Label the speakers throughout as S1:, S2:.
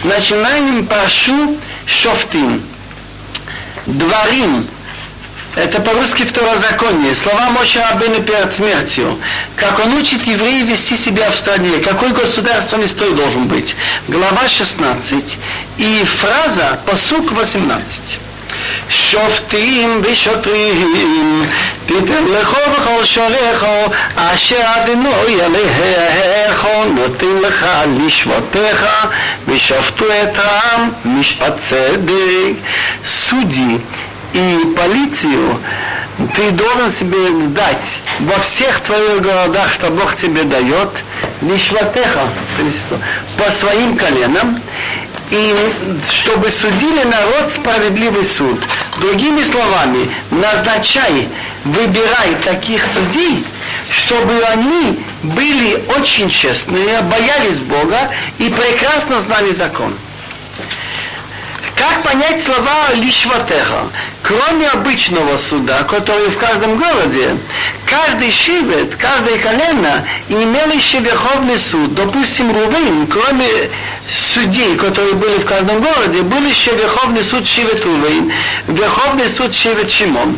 S1: Начинаем паршу Шофтим. Дворим. Это по-русски второзаконие. Слова Моше Рабейну перед смертью. Как он учит евреев вести себя в стране. Какой государственный строй должен быть. Глава 16. И фраза пасук 18. שופטים ושוטרים תיתן לך בכל שורך אשר אדינוי עליך נותן לך לשבותיך ושפטו את העם משפט צדק. Судьи и полицию ты должен себе дать во всех твоих городах, что Бог тебе дает, лишватеха, по своим коленам, и чтобы судили народ справедливый суд. Другими словами, назначай, выбирай таких судей, чтобы они были очень честные, боялись Бога и прекрасно знали закон. Как понять слова «лишватеха»? Кроме обычного суда, который в каждом городе, каждый шивет, каждое колено имел еще верховный суд. Допустим, Рувейн, кроме судей, которые были в каждом городе, был еще верховный суд шивет Рувейн, верховный суд шивет Шимон.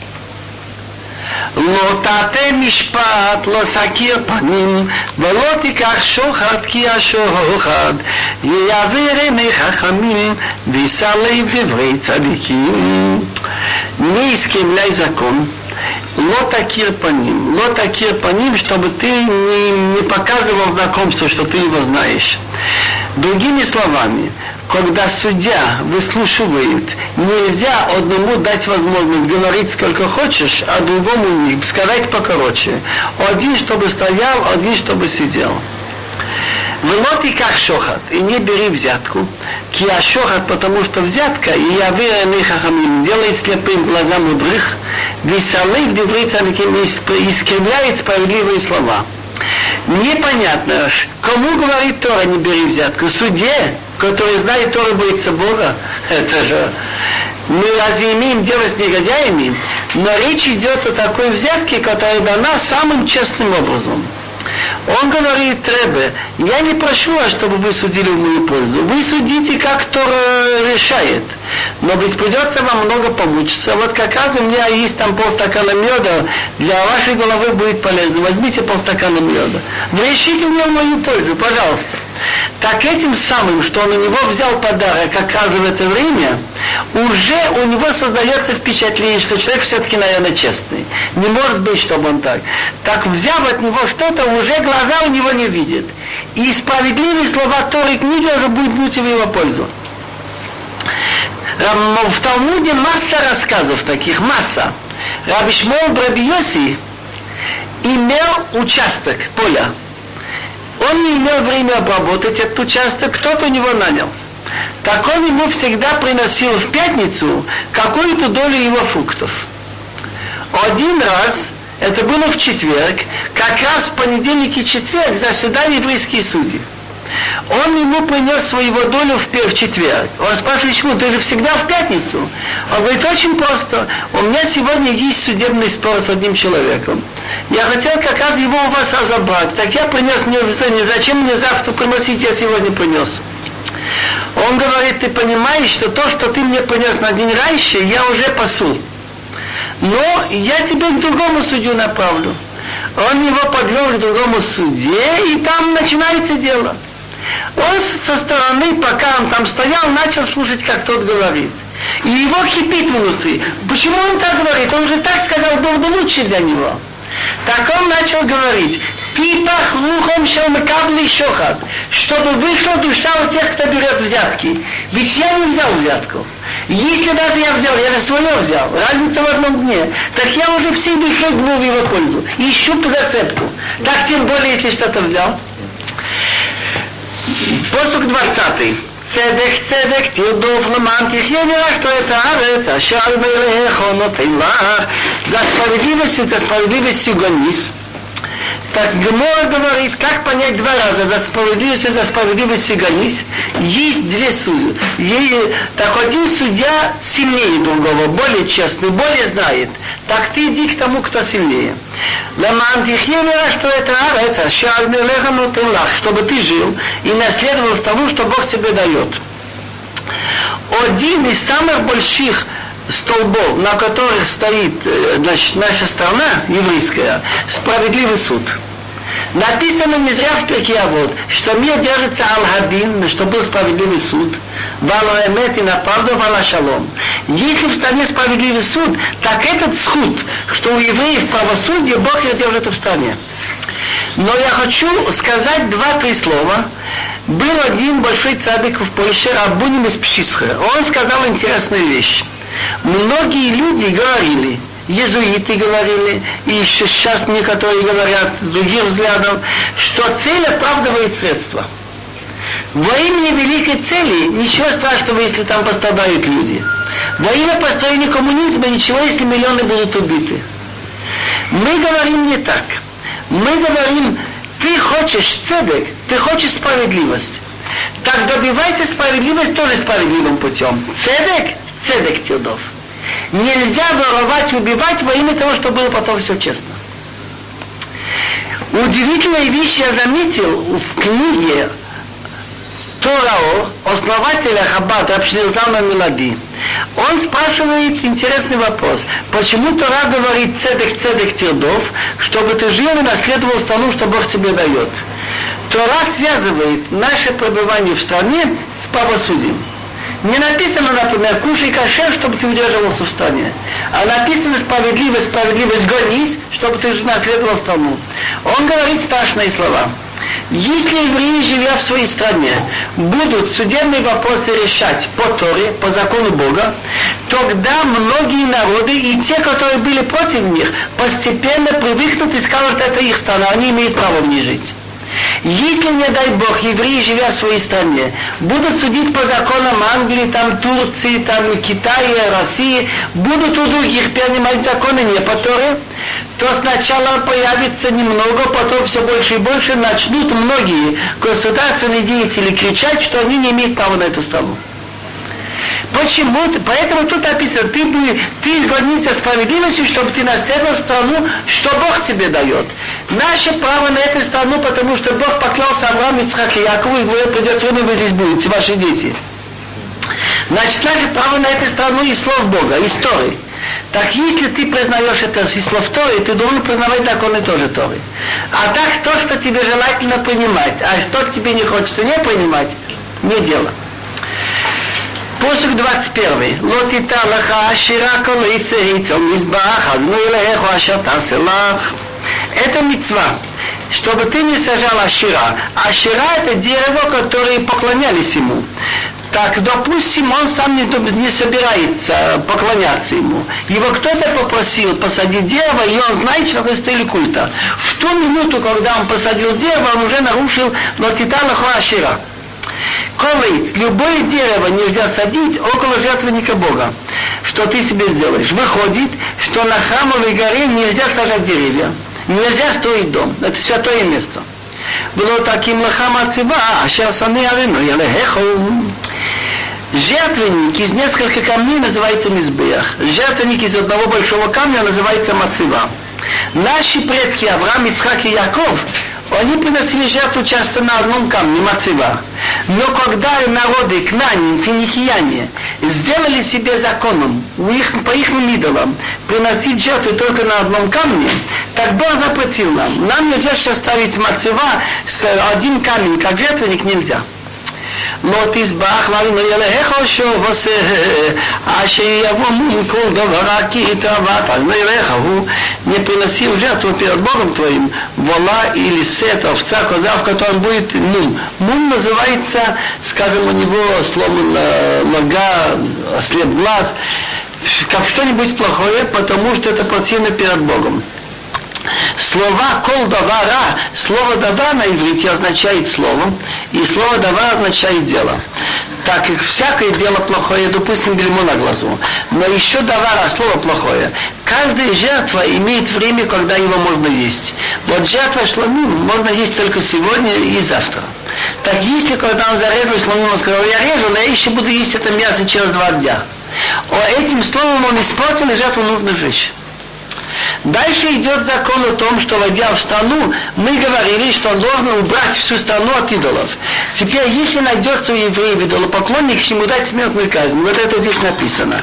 S1: לא תעתה משפט, לא סקיר פנים, ולא תיקח שוחד, כי השוחד יעביר עיני חכמים, וישא לב דברי צדיקים. Не искривляй закон. Лотакир паним, чтобы ты не показывал знакомство, что ты его знаешь. Другими словами, когда судья выслушивает, нельзя одному дать возможность говорить сколько хочешь, а другому сказать покороче. Один, чтобы стоял, один, чтобы сидел. Велоти как шохат, и не бери взятку, кия шохат, потому что взятка, и явира нехахамим, делает слепым глаза мудрых, висалых деврей цадиким, искривляет справедливые слова. Непонятно, кому говорит Тора не бери взятку? Судье, который знает Тору, боится Бога? Это же... Мы разве имеем дело с негодяями? Но речь идет о такой взятке, которая дана самым честным образом. Он говорит Ребе, я не прошу вас, чтобы вы судили в мою пользу. Вы судите, как Тора решает. Но ведь придется вам много помучиться. Вот как раз у меня есть там полстакана меда, для вашей головы будет полезно. Возьмите полстакана меда. Вы решите не в мою пользу, пожалуйста. Так этим самым, что он у него взял подарок как раз в это время, уже у него создается впечатление, что человек все-таки, наверное, честный. Не может быть, чтобы он так. Так, взяв от него что-то, уже глаза у него не видят. И справедливые слова Торы книги уже будут в его пользу. В Талмуде масса рассказов таких, масса. Раби Шмуэль бен Раби Йоси имел участок поля. Он не имел времени обработать этот участок, кто-то у него нанял. Так он ему всегда приносил в пятницу какую-то долю его фруктов. Один раз, это было в четверг, как раз в понедельник и четверг заседали еврейские судьи. Он ему принес своего долю в четверг. Он спрашивает, почему? Ты же всегда в пятницу. Он говорит, очень просто. У меня сегодня есть судебный спор с одним человеком. Я хотел как раз его у вас разобрать. Так я принес, зачем мне завтра приносить, я сегодня принес. Он говорит, ты понимаешь, что то, что ты мне принес на день раньше, я уже посул. Но я тебя к другому судью направлю. Он его подвел к другому судье, и там начинается дело. Он со стороны, пока он там стоял, начал слушать, как тот говорит. И его кипит внутри. Почему он так говорит? Он же так сказал, был бы лучше для него. Так он начал говорить, «Пипах рухом шел мекабли шохат», чтобы вышла душа у тех, кто берет взятки. Ведь я не взял взятку. Если даже я взял, я же свое взял. Разница в одном дне. Так я уже всей душой гну в его пользу. Ищу по зацепку. Так тем более, если что-то взял. Посук 20. Цедек, цедек, тирдов, ламан, тихьевера, что это арец, ашал мелехо, нотейлах. За справедливостью гонись. Так Гемора говорит, как понять два раза, за справедливостью гонись. Есть две судьи. Так один судья сильнее другого, более честный, более знает. Так ты иди к тому, кто сильнее. Ламан тихьевера, что это арец, чтобы ты жил и наследовал тому, что Бог тебе дает. Один из самых больших столбов, на которых стоит наша страна еврейская, справедливый суд. Написано не зря в Перкей Авот, что мир держится аль-Хадин, что был справедливый суд, вал-Эмет и на правду, вал-Шалом. Если в стране справедливый суд, так этот суд, что у евреев правосудие, Бог ее держит в стране. Но я хочу сказать 2-3 слова. Был один большой цадик в Польше, Рабуним из Пшисха. Он сказал интересную вещь. Многие люди говорили, иезуиты говорили, и еще сейчас некоторые говорят других взглядов, что цель оправдывает средства. Во имя великой цели ничего страшного, если там пострадают люди. Во имя построения коммунизма ничего, если миллионы будут убиты. Мы говорим не так. Мы говорим, ты хочешь цедек, ты хочешь справедливость. Так добивайся справедливости тоже справедливым путем. Цедек тирдов. Нельзя воровать, убивать во имя того, чтобы было потом все честно. Удивительная вещь я заметил в книге Тораор, основателя Хаббата, Рабшнирзалма Милади. Он спрашивает интересный вопрос. Почему Тора говорит цедек тирдов, чтобы ты жил и наследовал страну, что Бог тебе дает? Тора связывает наше пребывание в стране с правосудием. Не написано, например, кушай кошер, чтобы ты удерживался в стране. А написано справедливость, гонись, чтобы ты наследовал страну. Он говорит страшные слова. Если евреи, живя в своей стране, будут судебные вопросы решать по Торе, по закону Бога, тогда многие народы и те, которые были против них, постепенно привыкнут и скажут, это их страна, они имеют право в ней жить. Если, не дай Бог, евреи, живя в своей стране, будут судить по законам Англии, там, Турции, там, Китая, России, будут у других принимать законы не по Торе, то сначала появится немного, потом все больше и больше начнут многие государственные деятели кричать, что они не имеют права на эту страну. Почему? Поэтому тут написано, ты гордишься справедливостью, чтобы ты наследовал страну, что Бог тебе дает. Наше право на эту страну, потому что Бог поклялся Аврааму, Ицхаку и Якову, и говорит, придет время, вы здесь будете, ваши дети. Значит, наше право на эту страну из слов Бога, из Торы. Так если ты признаешь это из слов Торы, ты должен признавать законы тоже Торы. А так то, что тебе желательно принимать, а что тебе не хочется не принимать, не дело. Посук 21. Лотита лаха ашира колейце хейцом мизбах, адну илэху ашата селах. Это мицва, чтобы ты не сажал ашира. Ашира это дерево, которое поклонялись ему. Так, допустим, он сам не собирается поклоняться ему. Его кто-то попросил посадить дерево, и он знает, что это стиль культа. В ту минуту, когда он посадил дерево, он уже нарушил лотита лаха ашира. Колейц, любое дерево нельзя садить около жертвенника Бога. Что ты себе сделаешь? Выходит, что на храмовой горе нельзя сажать деревья. Нельзя строить дом. Это святое место. Было таким лахам ацива, ашер саны арину, ялехеху. Жертвенник из нескольких камней называется мизбех. Жертвенник из одного большого камня называется мацива. Наши предки Авраам, Ицхак и Яков, они приносили жертву часто на одном камне, мацива. Но когда народы, кнане, финикияне, сделали себе законом, по их идолам, приносить жертву только на одном камне, так Бог запретил нам. Нам нельзя сейчас ставить мацива, один камень, как жертвенник, нельзя. לא תזבח לנו ילך שוב אשר יבוא כל דבר כי התאוות על נלך הוא не приноси в жертву перед Богом твоим вола или сет, овца, коза, в котором будет мум. Мум называется, скажем, у него сломана нога, ослеп глаз, как что-нибудь плохое, потому что это противно перед Богом. Слова кол давара, слово давар на иврите означает слово, и слово давар означает дело. Так как всякое дело плохое, допустим, бельмо на глазу, но еще давара, слово плохое. Каждая жертва имеет время, когда его можно есть. Вот жертва шломим можно есть только сегодня и завтра. Так если когда он зарезал шломим, он сказал, я режу, но я еще буду есть это мясо через 2 дня. Этим словом он испортил, и жертву нужно сжечь. Дальше идет закон о том, что, войдя в страну, мы говорили, что он должен убрать всю страну от идолов. Теперь, если найдется у евреев идолопоклонник, ему дать смертную казнь. Вот это здесь написано.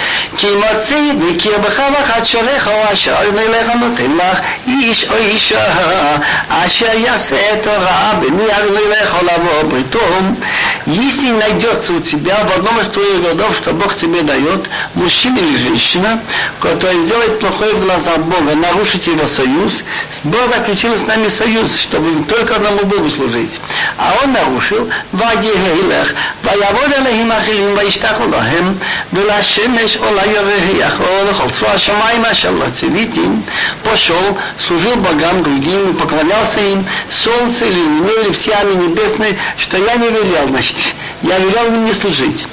S1: Если найдется у тебя в одном из твоих городов, что Бог тебе дает, мужчина или женщина, который сделает плохое в глаза Бога, нарушить его союз, Бог заключил с нами союз, чтобы только одному Богу служить. А он нарушил, пошел, служил богам другим, поклонялся им, солнце или луне, или все армии небесные, что я не велел, значит, я велел им не служить.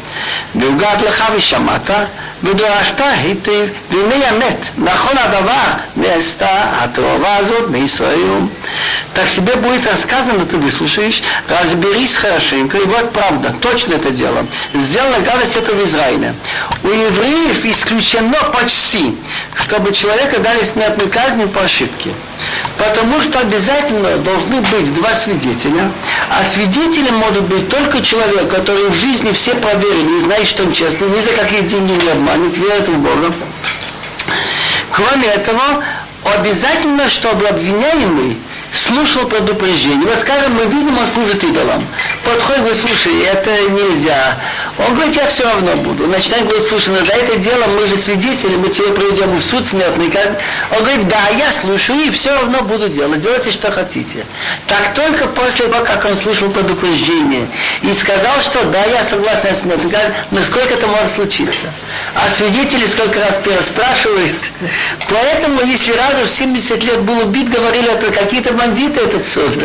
S1: ודרשת היטב, והנה האמת, נכון הדבר, נעשתה התורה הזאת מישראל. Так тебе будет рассказано, ты выслушаешь, разберись хорошенько, и вот правда, точно это дело. Сделана гадость это в Израиле. У евреев исключено почти, чтобы человека дали смертную казнь по ошибке. Потому что обязательно должны быть два свидетеля, а свидетелем может быть только человек, который в жизни все проверили и знает, что он честный, ни за какие деньги не обманет, верит в Бога. Кроме этого, обязательно, чтобы обвиняемый слушал предупреждение. Вот скажем, мы видим, он служит идолам. Подходит, говорит, слушай, это нельзя. Он говорит, я все равно буду. Начинаем говорить, слушай, но за это дело мы же свидетели, мы тебе приведем в суд смертный. Он говорит, да, я слушаю и все равно буду делать. Делайте, что хотите. Так только после того, как он слушал предупреждение и сказал, что да, я согласен на смертный, насколько это может случиться. А свидетели сколько раз переспрашивают. Поэтому, если разу в 70 лет был убит, говорили, это какие-то бандиты этот суд.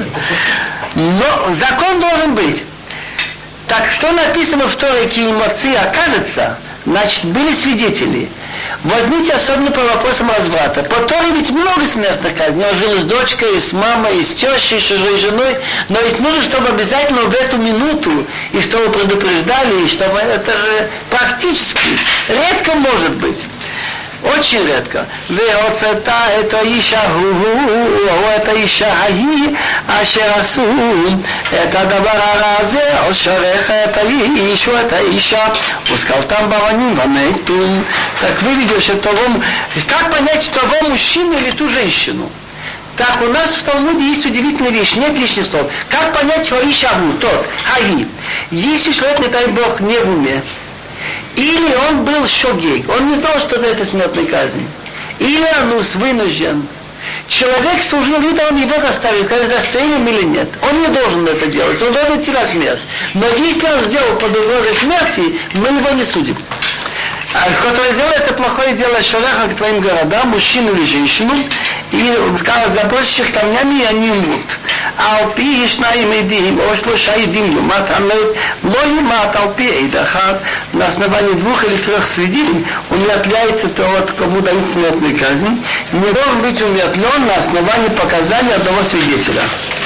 S1: Но закон должен быть. Так что написано в Торе Киимоци, окажется, значит, были свидетели. Возьмите особенно по вопросам разврата. По Торе ведь много смертных казней. Он жил с дочкой, с мамой, с тещей, с чужой женой. Но ведь нужно, чтобы обязательно в эту минуту, и чтобы предупреждали, и чтобы это же практически редко может быть. очень редко. והוצאת את האיש ההוא או את האישה ההיא אשר עשו את הדבר הרע הזה על שרך את האיש או את האישה ускалтам баваним вамейтум. Так выведешь того, как понять того мужчину или ту женщину? Так у нас в Талмуде есть удивительная вещь, нет лишних слов. Как понять Ваишагу, тот, Хаги? Если человек, не дай Бог, не в уме, или он был шогейк, он не знал, что это смертная казнь, или он вынужден. Человек служил идолам, его заставили, сказать, достойным или нет. Он не должен это делать, он должен идти на смерть. Но если он сделал под угрозой смерти, мы его не судим. Который сделал это плохое дело шараха к твоим городам, мужчину или женщину, и сказал, забросишь их камнями, и они умрут. А алпи ешнаим эдим, ошлоша эдим юмат амет, ло юмат алпи эйдахат, на основании 2 или 3 свидетелей умертвляется тот, кому дают смертную казнь, не должен быть умертвлен на основании показаний одного свидетеля.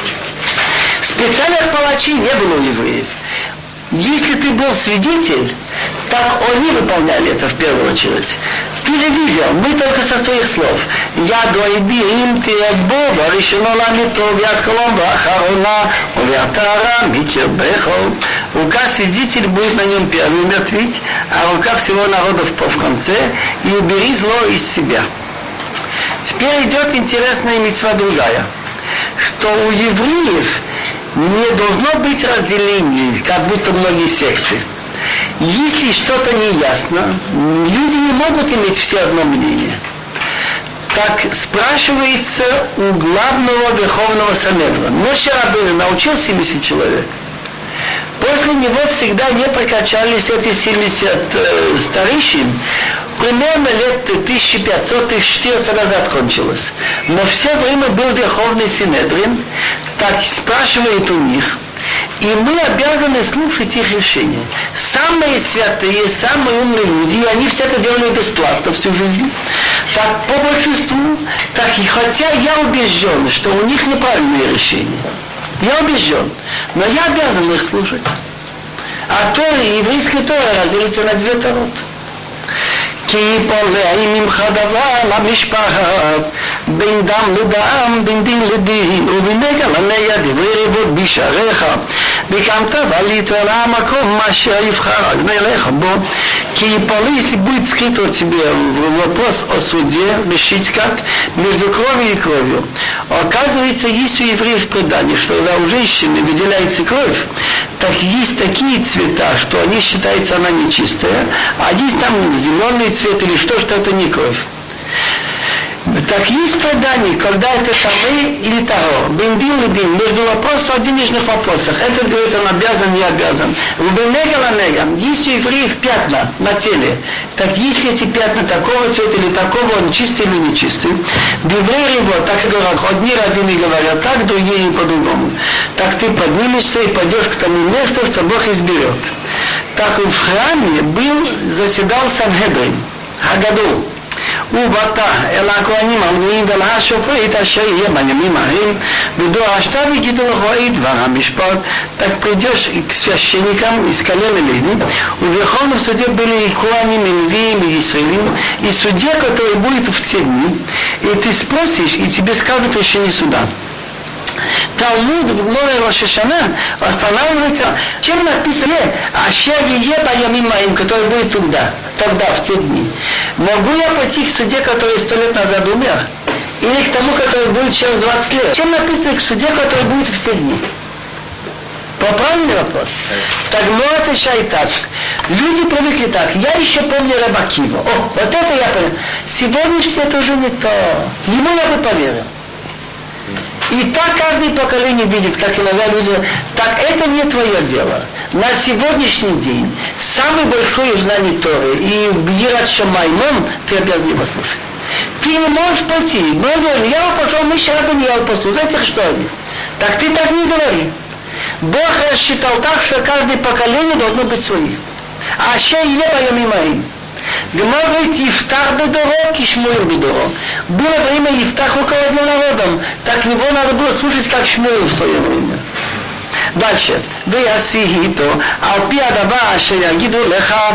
S1: Специальных палачей не было у евреев. Если ты был свидетель, так они выполняли это в первую очередь. Ты же видел, мы только со твоих слов. Я дойби им ты Бога, решено ламито, вят коломба, ахарона, увятара, митер бехол. Рука свидетель будет на нем первый умертвить, а рука всего народа в конце, и убери зло из себя. Теперь идет интересная мицва другая, что у евреев не должно быть разделений, как будто многие секты. Если что-то не ясно, люди не могут иметь все одно мнение. Так спрашивается у главного верховного Санедра. Моше Рабейну научил 70 человек. После него всегда не прокачались эти 70 старейшин. Примерно лет 1500-1400 назад кончилось. Но все время был Верховный Синедрин, так спрашивает у них, и мы обязаны слушать их решения. Самые святые, самые умные люди, и они все это делали бесплатно всю жизнь. Так по большинству, так и хотя я убежден, что у них неправильные решения. Я убежден, но я обязан их слушать. А Тора, еврейская Тора разделится на 2 Торот. כי פולע ממך דבר למשפט, בין דם לדם, בין דין לדין, ובנגע לנגע דברי רבות בשעריך, וקמת ועלית אל המקום אשר יבחר הגמליך בו, כי полы, если будет скрыто от тебя вопрос о суде, решить как между кровью и кровью. Оказывается, есть у евреев предание, что когда у женщины выделяется кровь, так есть такие цвета, что они считаются она нечистая, а есть там зеленый цвет или что это не кровь. Так есть предание, когда это тамы или таро, бендин или бин, между вопросом о денежных вопросах. Этот говорит, он обязан, не обязан. Есть у евреев пятна на теле. Так если эти пятна такого цвета или такого, он чистый или нечистый. Евреи его, так говорят, одни раввины говорят так, другие по-другому. Так ты поднимешься и пойдешь к тому месту, что Бог изберет. Так в храме заседал Сангедрин, Хагадол. ובאת אל הכהנים המנויים ואל השופט אשר יהיה בימים ההם ודרשת וגידו לך את דבר המשפט. Так придешь к священникам из колена Леви, в Верховном суде были и коаним, и левиим, и Исраилим, и судья, который будет в те дни, и ты спросишь, и тебе скажут решение суда. Талмуд в Море Рош ха-Шана останавливается, чем написано «Ашер ие байомим моим», который будет тогда, в те дни. Могу я пойти к суде, который 100 лет назад умер? Или к тому, который будет через 20 лет? Чем написано к суде, который будет в те дни? Правильный вопрос. Так может отвечать так. Люди привыкли так. Я еще помню Рабби Акива. Вот это я понял. Сегодняшнее это уже не то. Ему я бы поверил. И так каждое поколение видит, как иногда люди, так это не твое дело. На сегодняшний день самый большой в знании Торы и Йират Шамайм, ты обязан его слушать. Ты не можешь пойти. Я пошел, мы сейчас я послушал. Знаете, что они? Так ты так не говори. Бог рассчитал так, что каждое поколение должно быть своим. А ще е байомим моим. Гемара говорит, Ифтах бедоро, Кишмуил бедоро. Было время, Ифтах руководил народом, так его надо было слушать, как Шмуил в свое время. Дальше. Веясихито, алпи адава, шеягиду леха,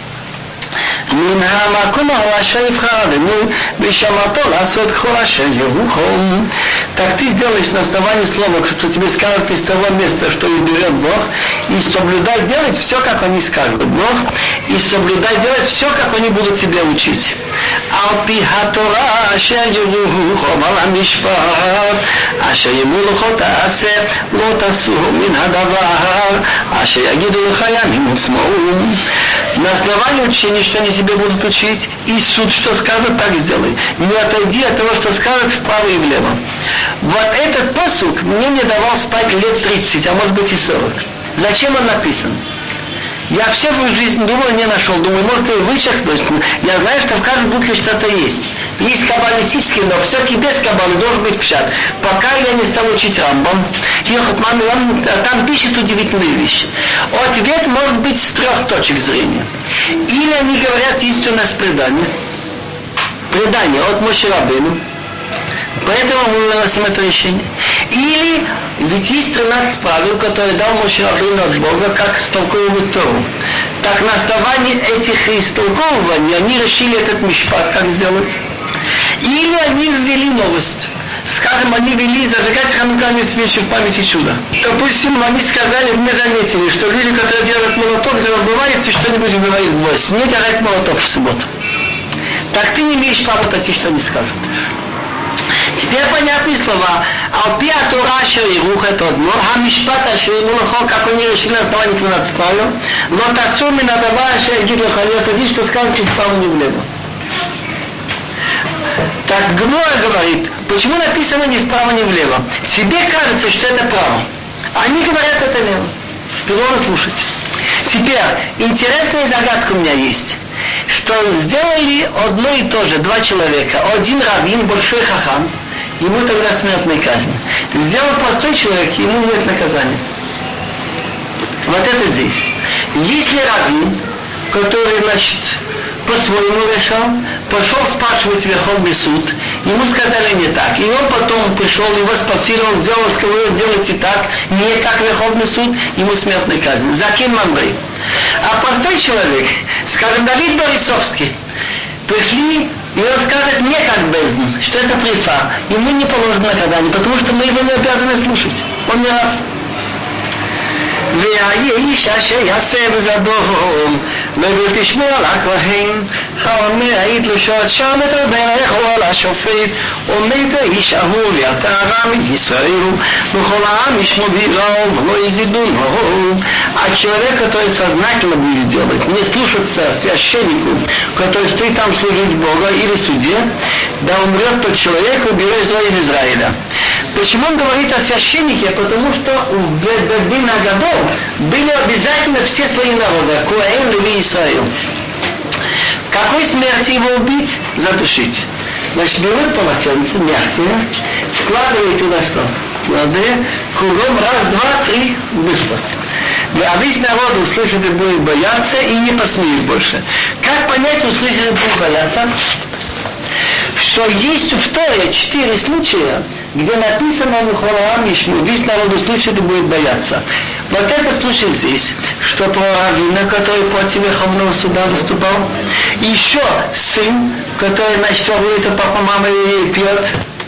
S1: מן המקום ההוא אשר יבחר אדוני ושמעתו לעשות כל אשר ירוחו. Так ты сделаешь на основании слова, что тебе скажут из того места, что изберет Бог, и соблюдай делать все, как они скажут Бог, и соблюдай делать все, как они будут тебя учить. על-פי התורה אשר ירוחו על המשפט אשר ימולכו תעשה לא תסור מן הדבר אשר יגידו לך ימים ושמאו. На основании учения, что они себе будут учить, и суд, что скажет, так сделай. Не отойди от того, что скажет вправо и влево. Вот этот посук мне не давал спать лет 30, а может быть и 40. Зачем он написан? Я всю жизнь думал, не нашел. Думаю, может, и вычеркнуть. Я знаю, что в каждой букве что-то есть. Есть каббалистический, но все-таки без каббалы должен быть пшат. Пока я не стал учить Рамбам, там пишет удивительные вещи. Ответ может быть с 3 точек зрения. Или они говорят, есть у нас предание от Моше Рабейну, поэтому мы выносим это решение. Или ведь есть 13 правил, которые дал Моше Рабейну от Бога, как истолковывать Тору. Так на основании этих истолковываний они решили этот мишпат, как сделать. Или они ввели новость. Скажем, они ввели зажигать ханукальные свечи в памяти чуда. Допустим, они сказали, мы заметили, что люди, которые делают молоток, когда убывается, что-нибудь убивает гвоздь. Не делать молоток в субботу. Так ты не имеешь права пойти, что они скажут. Теперь понятные слова. Алпи атора ашер ирух это одно, хамишпат ашер имулахо, как они решили на основании 12 правил, но тасу минадава ашер гидлаха, не отойди, что скажут чуть вправо не влево. Так Гмора говорит, почему написано ни вправо, ни влево? Тебе кажется, что это право. Они говорят, это лево. Ты должен слушать. Теперь, интересная загадка у меня есть. Что сделали одно и то же, 2 человека. Один раввин, большой хахам, ему тогда смертная казнь. Сделал простой человек, ему нет наказания. Вот это здесь. Если раввин, который, значит, по-своему решал, пошел спрашивать Верховный суд, ему сказали не так. И он потом пришел, его спасировал, сказал, делайте так, не как Верховный суд, ему смертная казнь. За кем Мамрей? А простой человек, скажем, Давид Борисовский,
S2: пришли, и он скажет мне как бездну, что это прифа. Ему не положено наказание, потому что мы его не обязаны слушать. Он не раб.
S1: והאיש אשר יעשה בזדון ובתשמוע לכהן האומר העיד לשעות שם את הברך או על השופט ומת האיש ההוא ויתרה מישראל וכל העם ישמעו ויראו ולא יזידונו. А человек, который сознательно будет делать, не слушаться священнику, который стоит там служить Бога или суде, да умрет тот человек, уберет зло из Израиля. Почему он говорит о священнике? Потому что в Дин Агадол были обязательно все слои народа, Коэн, Леви, Израиль. Какой смерти его убить? Задушить. Значит, берут полотенце мягкое, вкладывают туда что? Молодые, кругом раз, два, три, быстро. А весь народ услышит и будет бояться, и не посмеет больше. Как понять, услышит и будет бояться? Что есть в Торе 4 случая, где написано «Мухалаам Ишму», весь народ услышит и будет бояться. Вот этот случай здесь, что про раввина, который против Верховного суда выступал, еще сын, который, значит, ворует у папа, мама и пьет,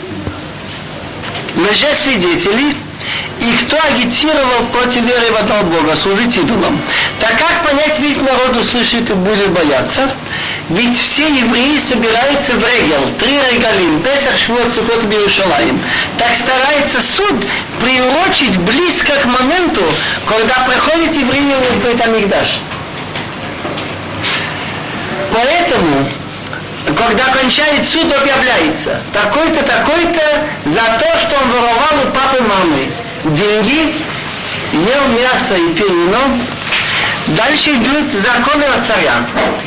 S1: лжесвидетели, и кто агитировал против веры в одного Бога, служить идолам. Так как понять, весь народ услышит и будет бояться? Ведь все евреи собираются в регел, 3 регалим, Песах, Швуот, Суккот и Иерушалаим. Так старается суд приурочить близко к моменту, когда приходит евреи в Бейт-Амикдаш. Поэтому, когда кончает суд, объявляется такой-то, такой-то за то, что он воровал у папы и мамы деньги, ел мясо и пил вино. Дальше идут законы от царя.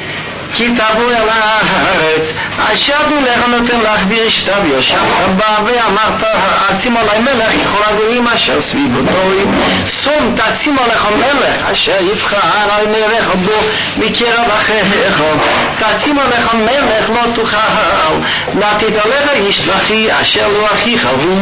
S1: כתבו אל הארץ, אשר לך נותן לך ברשתה ויושב רבה ואמרת שימו עלי מלך ככל הגויים אשר סביבותו שום תשימו לך מלך אשר יבחר על מלך בו מקרב אחיך תשימו לך מלך לא תוכל לתת עליך איש לכי אשר לא אחיך הוא.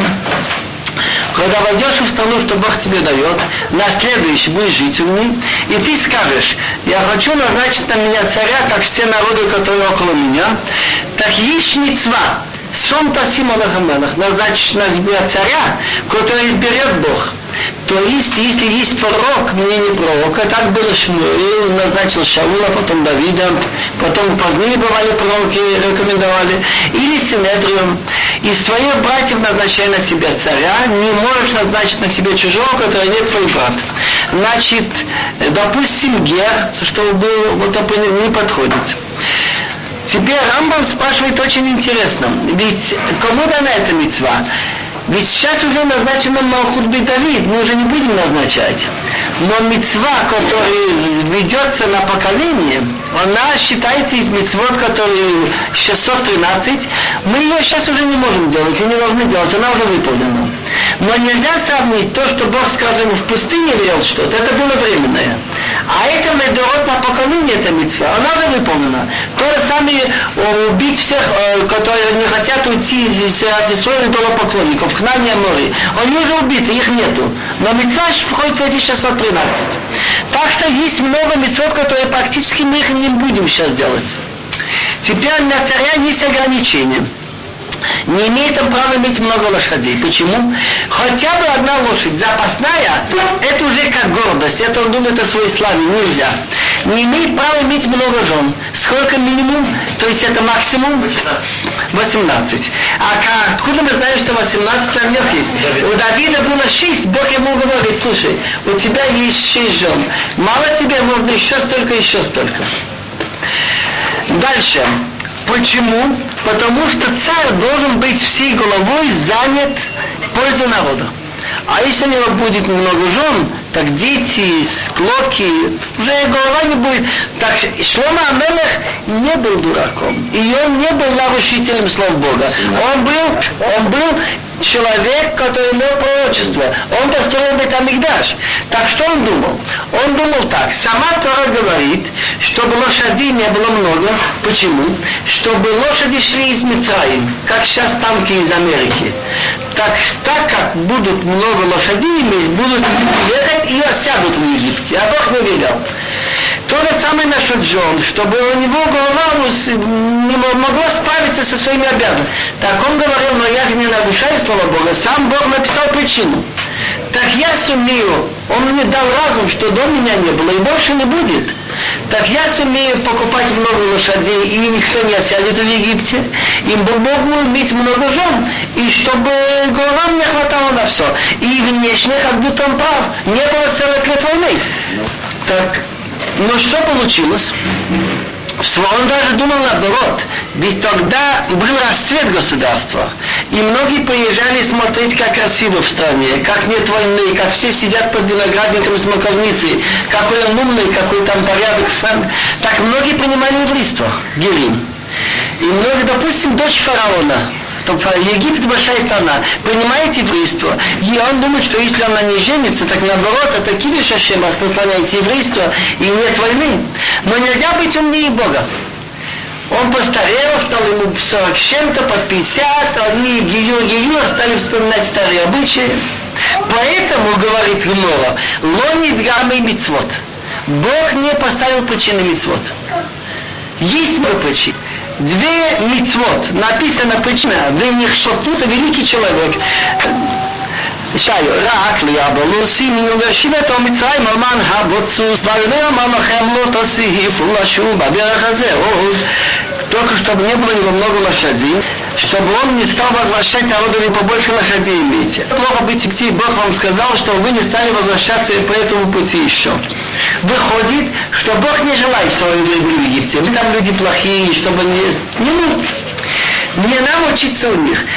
S1: Когда войдешь в страну, что Бог тебе дает, наследуешь, будешь жить в ней, и ты скажешь, я хочу назначить на меня царя, как все народы, которые около меня, так есть мицва, сом тасим алахамелах, назначишь на себя царя, который изберет Бог. То есть, если есть пророк, мне не пророк, а так было Шмуэль, назначил Шаула, потом Давида, потом позднее бывали пророки, рекомендовали, или Синедриум, и своих братьев назначай на себя царя, не можешь назначить на себя чужого, который не твой брат. Значит, допустим, Гер, что был, вот это не подходит. Теперь Рамбам спрашивает очень интересно, ведь кому дана эта мицва? Ведь сейчас уже назначено Малхут бейт Давид, мы уже не будем назначать. Но мицва, которая ведется на поколение, она считается из мицвот, которые 613, мы ее сейчас уже не можем делать и не должны делать, она уже выполнена. Но нельзя сравнить то, что Бог, скажем, в пустыне велел что-то, это было временное. А это медорот на поколение, это мицва, она уже выполнена. То же самое убить всех, которые не хотят уйти ради своих идолопоклонников, к Нане море. Они уже убиты, их нету. Но мицва входит в эти 613. Так что есть много мицвот, которые практически мы их не будем сейчас делать. Теперь на царя есть ограничения. Не имеет он права иметь много лошадей. Почему? Хотя бы одна лошадь запасная, это уже как гордость. Это он думает о своей славе. Нельзя. Не имеет права иметь много жен. Сколько минимум? То есть это максимум? 18. А откуда мы знаем, что 18 там нет есть? У Давида было 6. Бог ему говорит, слушай, у тебя есть 6 жен. Мало тебе, можно еще столько, еще столько. Дальше. Почему? Потому что царь должен быть всей головой занят пользой народа. А если у него будет много жен, так дети, склоки, уже голова не будет. Так Шломо ха-Мелех не был дураком. И он не был нарушителем слов Бога. Он был человек, который имел пророчество. Он построил Бейт-Амикдаш. Так что он думал? Он думал так. Сама Тора говорит, чтобы лошадей не было много. Почему? Чтобы лошади шли из Мицраим, как сейчас танки из Америки. Так как будут много лошадей иметь, будут ехать и осядут в Египте. А Бог не велел.
S2: То же самое насчет жен, чтобы у него голова не могла справиться со своими обязанностями. Так он говорил, но я не нарушаю слова Бога, сам Бог написал причину. Так я сумею, он мне дал разум, что до меня не было и больше не будет. Так я сумею покупать много лошадей, и никто не осядет в Египте. И могу иметь много жен, и чтобы голова мне хватало на все. И внешне, как будто он прав, не было целых лет войны. Так, но что получилось? Он даже думал наоборот, ведь тогда был расцвет государства, и многие приезжали смотреть, как красиво в стране, как нет войны, как все сидят под виноградником с смоковницей, какой он умный, какой там порядок. Так многие принимали еврейство, герим. И многие, допустим, дочь фараона, Египет большая страна, принимает еврейство, и он думает, что если она не женится, так наоборот, это кидуш Ашем, распространяется еврейство, и нет войны. Но нельзя быть умнее Бога. Он постарел, стал ему 40 с чем-то, под 50, они гию стали вспоминать старые обычаи. Поэтому, говорит Гемора, лонит гамы мицвот. Бог не поставил причины мицвот. Есть много причин. 2 мицвот, написана причина, в них шатнулся великий человек. Шаю, рак ли абалу симну вешивет о Мицраим оман хабоцус, вальве оман охем лотосихи фулашу бадерахазе. Только чтобы не было его много лошадей, чтобы он не стал возвращать народу, и побольше лошадей имейте. Плохо быть идти, Бог вам сказал, что вы не стали возвращаться по этому пути еще. Выходит, что Бог не желает, что вы были в Египте. Мы там люди плохие, чтобы не нужно. Не нам учиться у них.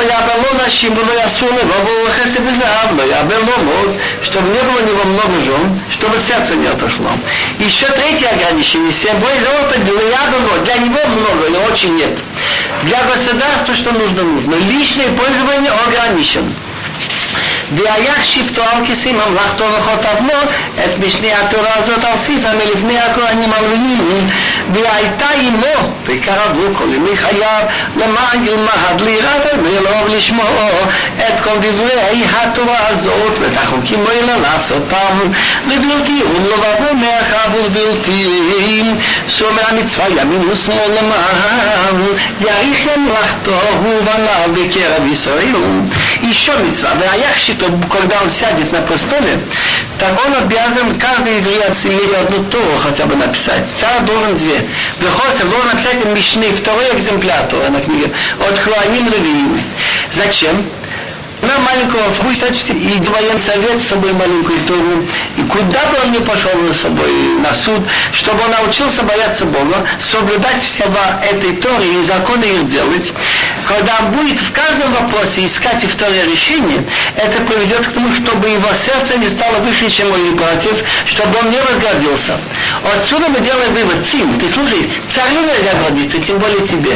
S2: Чтобы не было у него много жен, чтобы сердце не отошло. Еще 3 ограничение. Себой золото для него много, но очень нет. Для государства что нужно? Личное пользование ограничено. והיה שבטו על כיסא ממלכתו וחותמו את משנה התורה הזאת על סיפה מלפני הכהנים הלוויים והייתה עמו וקרבו כל ימי חייו למען ילמד ליראת ולאהוב לשמוע את כל דברי התורה הזאת ואת החוקים האלה לעשותם לבלתי ולבבו מאחיו ולבלתי שומר המצווה ימין ושמאל למען יאריך מלאכתו ובניו בקרב ישראל. Еще мицва. Когда он сядет на престоле, так он обязан каждый еврей иметь одну Тору хотя бы написать. Царь должен 2. Бехосев должен написать Мишны, 2 экземпляр Торы на книге. От Коаним Левиим. Зачем? На маленького будет все. И военный совет с собой маленькую Тору. И куда бы он ни пошел с собой на суд, чтобы он научился бояться Бога, соблюдать все этой Торе и законы их делать. Когда он будет в каждом вопросе искать и второе решение, это приведет к тому, чтобы его сердце не стало выше, чем у его братьев, чтобы он не разгордился. Отсюда мы делаем вывод. Цим, ты слушай, царю нельзя гордиться, тем более тебе.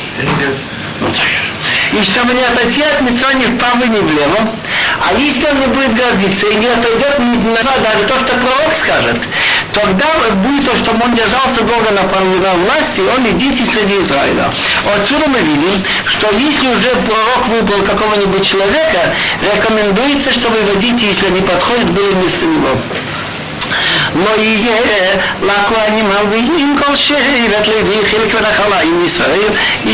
S2: И чтобы не отойти от мицва ни вправо, ни влево. А если он не будет гордиться и не отойдет даже то, что пророк скажет, тогда будет то, чтобы он держался долго на власти, он и дети среди Израиля. Отсюда мы видим, что если уже пророк выбрал какого-нибудь человека, рекомендуется, чтобы его дети, если они подходят, были вместо него. לא יהיה לכהנים הלוויים כל שבט לוי חלק ונחלה עם ישראל,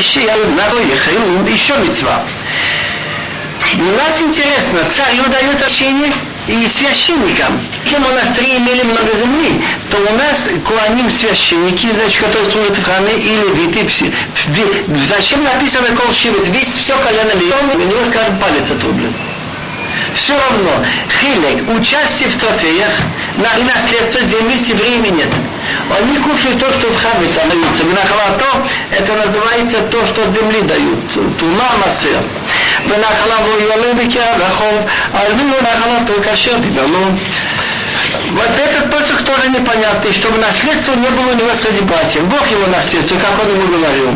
S2: еще мицва. У нас интересно, царь дает общение и священникам. Если монастыри имели много земли, то у нас коаним священники, значит, которые служат в храме, и левиты. Зачем написано кол шивет? Весь все колено левит, у него, скажем, палец отрублен. Все равно, хилек, участие в трофеях, и наследство земли с евреями нет. Они кушают то, что в храме там даются. Винахалато, это называется то, что от земли дают. Тума масер. Винахалаво ялыбики арахов, альвину нахалато кашер дидалу. Вот этот посох тоже непонятный, чтобы наследство не было у него среди братьев. Бог его наследство, как он ему говорил.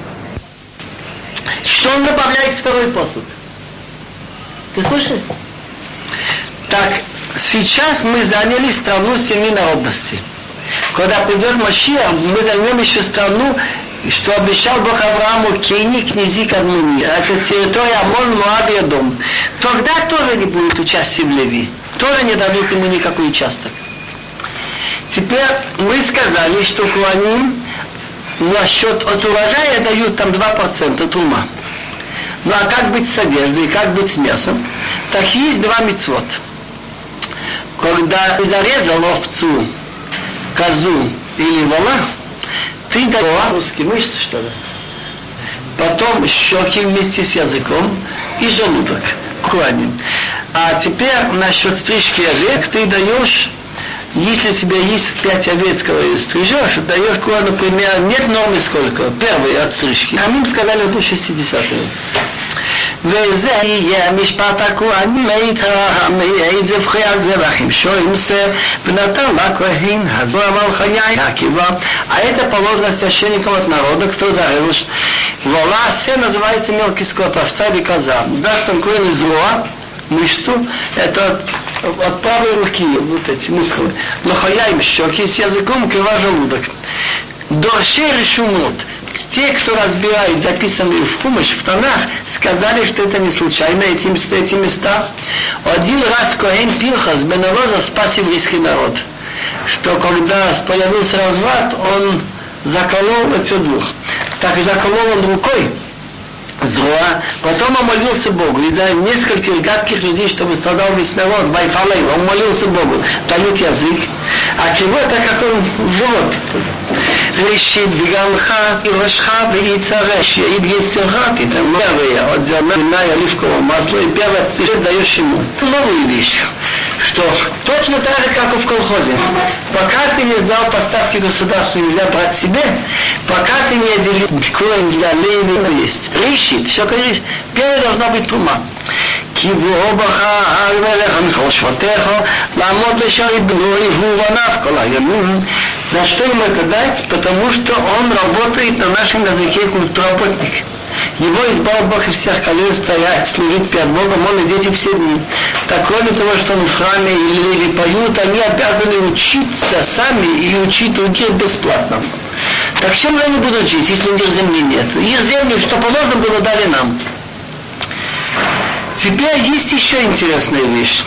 S2: Что он добавляет второй посох? Ты слышишь? Так, сейчас мы заняли страну 7 народностей. Когда придет Машиах, мы займем еще страну, что обещал Бог Аврааму, Кени, князи Кадмуни. Это территория Амон, Моаб и Эдом. Тогда тоже не будет участия в Леви. Тоже не дадут ему никакой участок. Теперь мы сказали, что коаним насчет от урожая дают там 2% трума. Ну а как быть с одеждой, как быть с мясом? Так есть два мицвот. Когда ты зарезал овцу, козу или вола, ты даешь русские мышцы, что ли? Потом щеки вместе с языком и желудок. Коаним. А теперь насчет стрижки овец ты даешь, если у тебя есть 5 овец, которые стрижешь, даешь коану, например, нет нормы сколько, первые от стрижки. А мы сказали до 60-е. וזה יהיה משפט הכהנים מעיד זבחי הזבחים שוימסר ונתן לכהן הזרע והחיי הקיבה. А это положено священникам от народа, кто зарезал. Вола все называется мелкий скот, овца или коза. Даст он коэн из злоа, мышцу, это от правой руки, вот эти мускулы. Лохаяем щеки с языком, кива желудок. Доршей решумот. Те, кто разбирает записанные в Хумаш, в Танах, сказали, что это не случайно, эти места. Один раз Коэн Пинхас бен Элоза спас еврейский народ. Что когда появился разврат, он заколол этих двух. Так заколол он рукой зло, потом он молился Богу. И за нескольких гадких людей, чтобы страдал весь народ, Байфалей, он молился Богу, дают язык. А кего, так как он в живот. ראשית בגללך ירשך ויצרש יעיד יסרך תיתן לו первое от зерна оливкового масла и первое от стрижет даешь ему новую вещь, что точно так же, как и в колхозе, пока ты не сдал поставки государству, нельзя брать себе, пока ты не отделил корень для леви есть. Решит, все, конечно, первое должна быть трума. כי בואו בחר ולך מכל שבטיך לעמוד לשרת בנוי הוא וענף כל הימים. За что ему это дать? Потому что он работает на нашем языке как работник. Его избрал Бог из всех колен стоять, служить перед Богом, он и дети все дни. Так кроме того, что он в храме или поют, они обязаны учиться сами и учить других бесплатно. Так чем же они будут жить, если у них земли нет? Их земли, что положено было, дали нам. Теперь есть еще интересная вещь,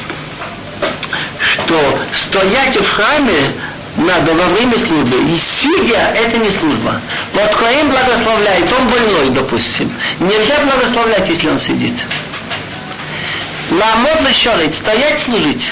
S2: что стоять в храме надо во время службы. И сидя, это не служба. Вот Коэн благословляет, он больной, допустим. Нельзя благословлять, если он сидит. Ламот лешорит, стоять, служить.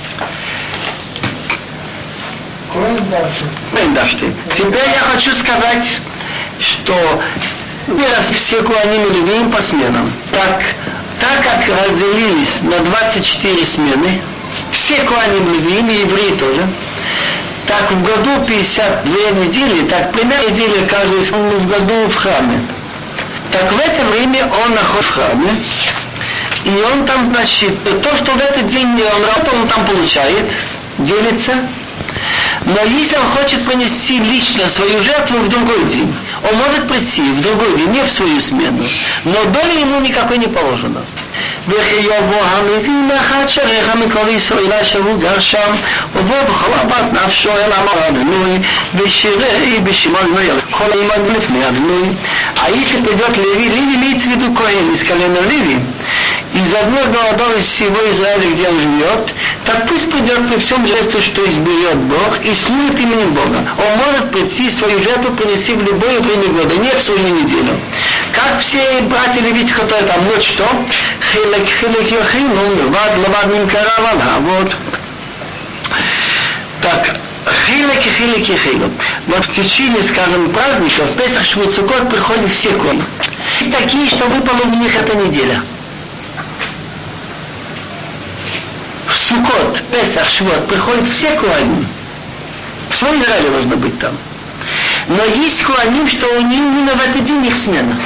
S2: Коэн дашты. Теперь я хочу сказать, что раз все коаним и левиим по сменам, так как разделились на 24 смены, все коаним левиим и евреи тоже, так в году 52 недели, так примерно недели каждый в году в храме. Так в это время он находится в храме, и он там, значит, то, что в этот день он работал, он там получает, делится. Но если он хочет принести лично свою жертву в другой день, он может прийти в другой день, не в свою смену, но доля ему никакой не положена. וחיובו המבין אחת שריך מכל ישראל אשר הוא גר שם ובו בכל אהבת נפשו אל אמר אדוני ושירי בשמעון מויל כל אימד לפני אדוני. А если придет Леви, Леви имеется в виду Коэн из колена Леви, из одного городов из всего Израиля, где он живет, так пусть придет при всем жесту, что изберет Бог, и служит именем Бога. Он может прийти свою жертву принести в любое время года, не в свою неделю. Как все братья левиты, которые там, вот что, хилек йохину, лавад минкара вот. Так, хилек. Вот в течение, скажем, праздников, Песах, Швуот, Суккот приходят все коны. Есть такие, что выпало в них эта неделя. В Суккот, Песах, Швуот приходят все коаним. Все Израиль должно быть там. Но есть коаним, что у них именно в этот день их смена.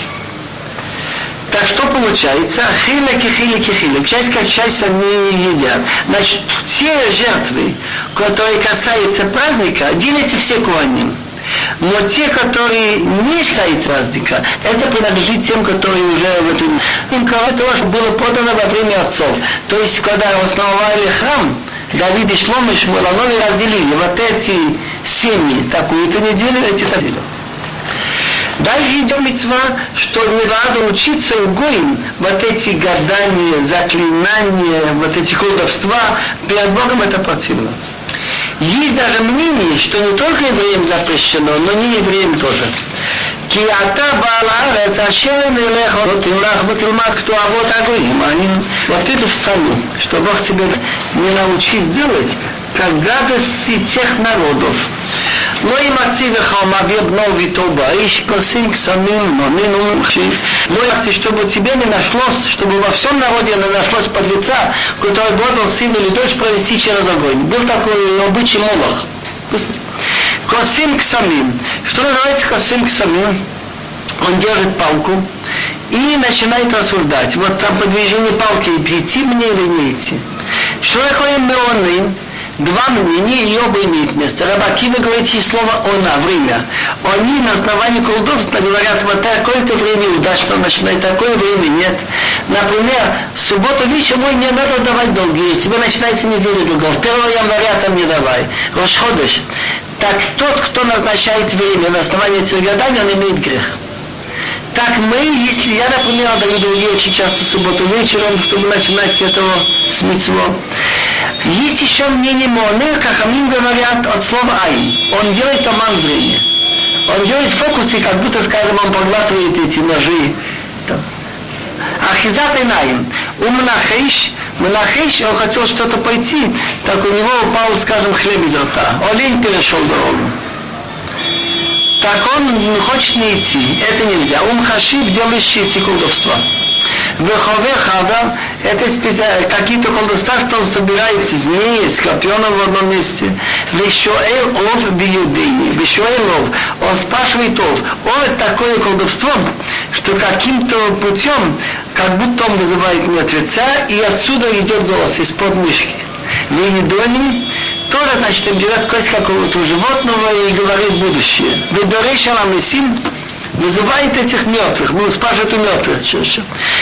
S2: Так что получается? Хилек. Часть как часть они едят. Значит, все жертвы, которые касаются праздника, делятся все коаним. Но те, которые не касаются праздника, это принадлежит тем, которые уже в этом... Им того, что было подано во время отцов. То есть, когда основали храм, Давид и Шломо и Шмуэль разделили вот эти семьи такую-то неделю, эти-то неделю. Дальше идет мицва, что не надо учиться у гоим вот эти гадания, заклинания, вот эти колдовства, перед Богом это противно. Есть даже мнение, что не только евреям запрещено, но не евреям тоже. כי אתה בעל הארץ אשר נלך ותמלך ותלמד כתובות הגויים. Вот эту страну, что Бог тебя не научит сделать, как гадости тех народов. לא ימצא לך ומביא בנו וביתו באיש, косим ксамим, нонин умхши. לא ימצא, чтобы тебе не нашлось, чтобы во всем народе не нашлось подлеца, который должен сын или дочь провести через огонь. Был такой обычай Молох. Косим ксамим. Что называется косим ксамим? Он держит палку и начинает рассуждать. Вот там по движению палки, идти мне или не идти. Что такое меоны? Два мнения, и оба имеют место. Рав Акива говорит слово «она», время. Они на основании колдовства говорят, вот такое-то время удачно начинает, такое время нет. Например, в субботу вечером не надо давать долги, у тебя начинается неделя долгов. 1 января там не давай. Рош ходеш. Так тот, кто назначает время на основании этих гаданий, он имеет грех. Так мы, если я, например, даю долги очень часто в субботу вечером, чтобы начинать с этого с мицво. Есть еще мнение Моонер, как они говорят от слова «айн». Он делает обман зрения. Он делает фокусы, как будто, скажем, он поглатывает эти ножи. Ахизат инаим. У Менахеш, он хотел что-то пойти, так у него упал, скажем, хлеб изо рта. Олень перешел дорогу. Так он не хочет не идти. Это нельзя. Хашиб, делающий эти колдовства. Вехове хада, это какие-то колдовства, что он собирает змеи, скорпионов в одном месте. Вешоэл ов биюдейни. Вешоэл ов. Он спрашивает ов. Это такое колдовство, что каким-то путем, как будто он вызывает мертвеца, и отсюда идет голос из-под мышки. Леидони, тоже, значит, он берет кость какого-то животного и говорит будущее. Ведорей шаламесим вызывает этих мертвых. Ну, спрашивает у мертвых чаще.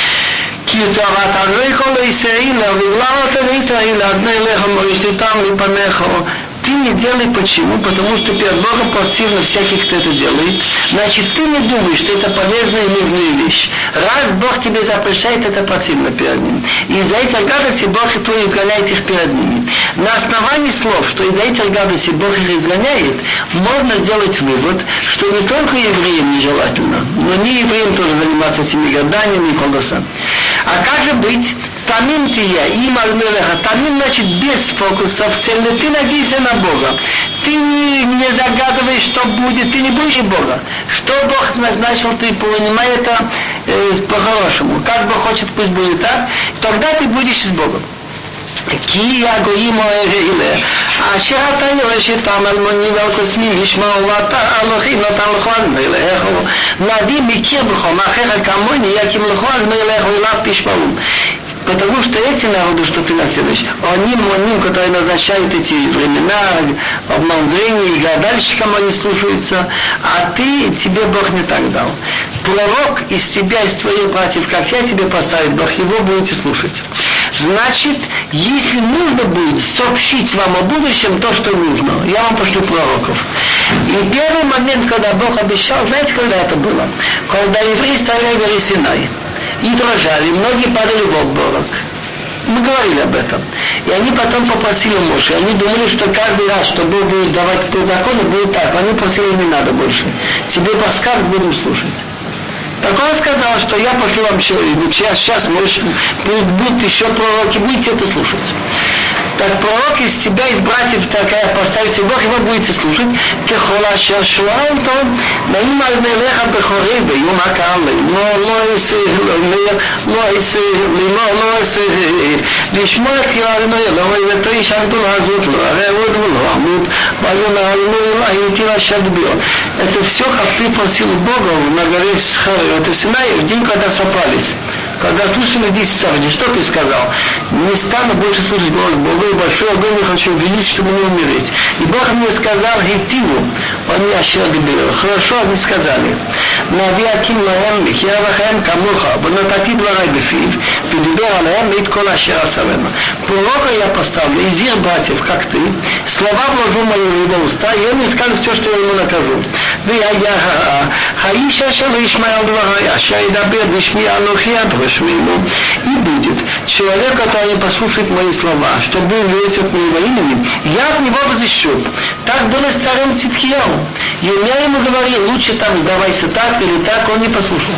S2: Ты не делай почему? Потому что перед Богом противно всяких, кто это делает. Значит, ты не думаешь, что это полезная и нужная вещь. Раз Бог тебе запрещает, это противно перед Ним. И из-за этих гадостей Бог твой изгоняет их перед ними. На основании слов, что из-за этих гадостей Бог их изгоняет, можно сделать вывод, что не только евреям нежелательно, но не евреям тоже заниматься этими гаданиями и колдосами. А как же быть? Тамим тия, им альмелеха. Тамим значит без фокусов, цельно. Ты надейся на Бога. Ты не загадываешь, что будет. Ты не будешь Бога. Что Бог назначил, ты понимай это по-хорошему. Как Бог хочет, пусть будет так. Тогда ты будешь с Богом. כי הגויים האלה אשר אתה יורש איתם אלמוני והקוסמים ישמעו ואתה אלוהים נתן לך מלך נביא מכיר בך מאחר כמוני יקים לך מלך ואליו תשמעו. Потому что эти народы, что ты наследуешь, они, которые назначают эти времена, обман зрения и гадальщикам они слушаются, а тебе Бог не так дал. Пророк из тебя, из твоих братьев, как я тебе поставил, Бог его будете слушать. Значит, если нужно будет сообщить вам о будущем то, что нужно, я вам пошлю пророков. И первый момент, когда Бог обещал, знаете, когда это было? Когда евреи стояли в горе Синай и дрожали, многие падали в обморок. Мы говорили об этом. И они потом попросили Моше. Они думали, что каждый раз, что Бог будет давать по закону, будет так. Они просили, не надо больше. Тебе подскажут, будем слушать. Так он сказал, что я пошлю вам человека. Сейчас будут еще пророки, будете это слушать. Так пророк из тебя, из братьев, такая поставите Бог, его будете слушать. Кехола шашуам том, наим аль-мелеха бехорей бейум акалей, но לשמוע קריאה אלוהי ותריש הגדולה הזאת לא הרעוד ולא עמוד ויאמר אלוהי הייתי לשדביר. Это все, как ты просил Бога на горе Синай в день, когда сопались. Когда слушали 10 савди, что ты сказал? Не стану больше слушать голос Бога, и большой огонь не хочу увидеть, чтобы не умереть. И Бог мне сказал, Гитиву, он не ощадил. Хорошо, они сказали. נביא הקים להם בקרב לכם כמוך ונתתי דברי בפיו ודיבר עליהם ואת כל אשר עשרנו. Пророка я поставлю из их братьев, как ты, слова вложу мои в его уста, и они сказали все, что я ему накажу.
S1: והיה האיש אשר לא ישמע על דברי, אשר ידבר בשמי אנוכי אדרוש ממנו. И будет человек, который послушает мои слова, чтобы верить моего имени, я от него разыщу. Так было старым Циткияу. И я ему говорил, лучше там сдавайся так или так, он не послушал.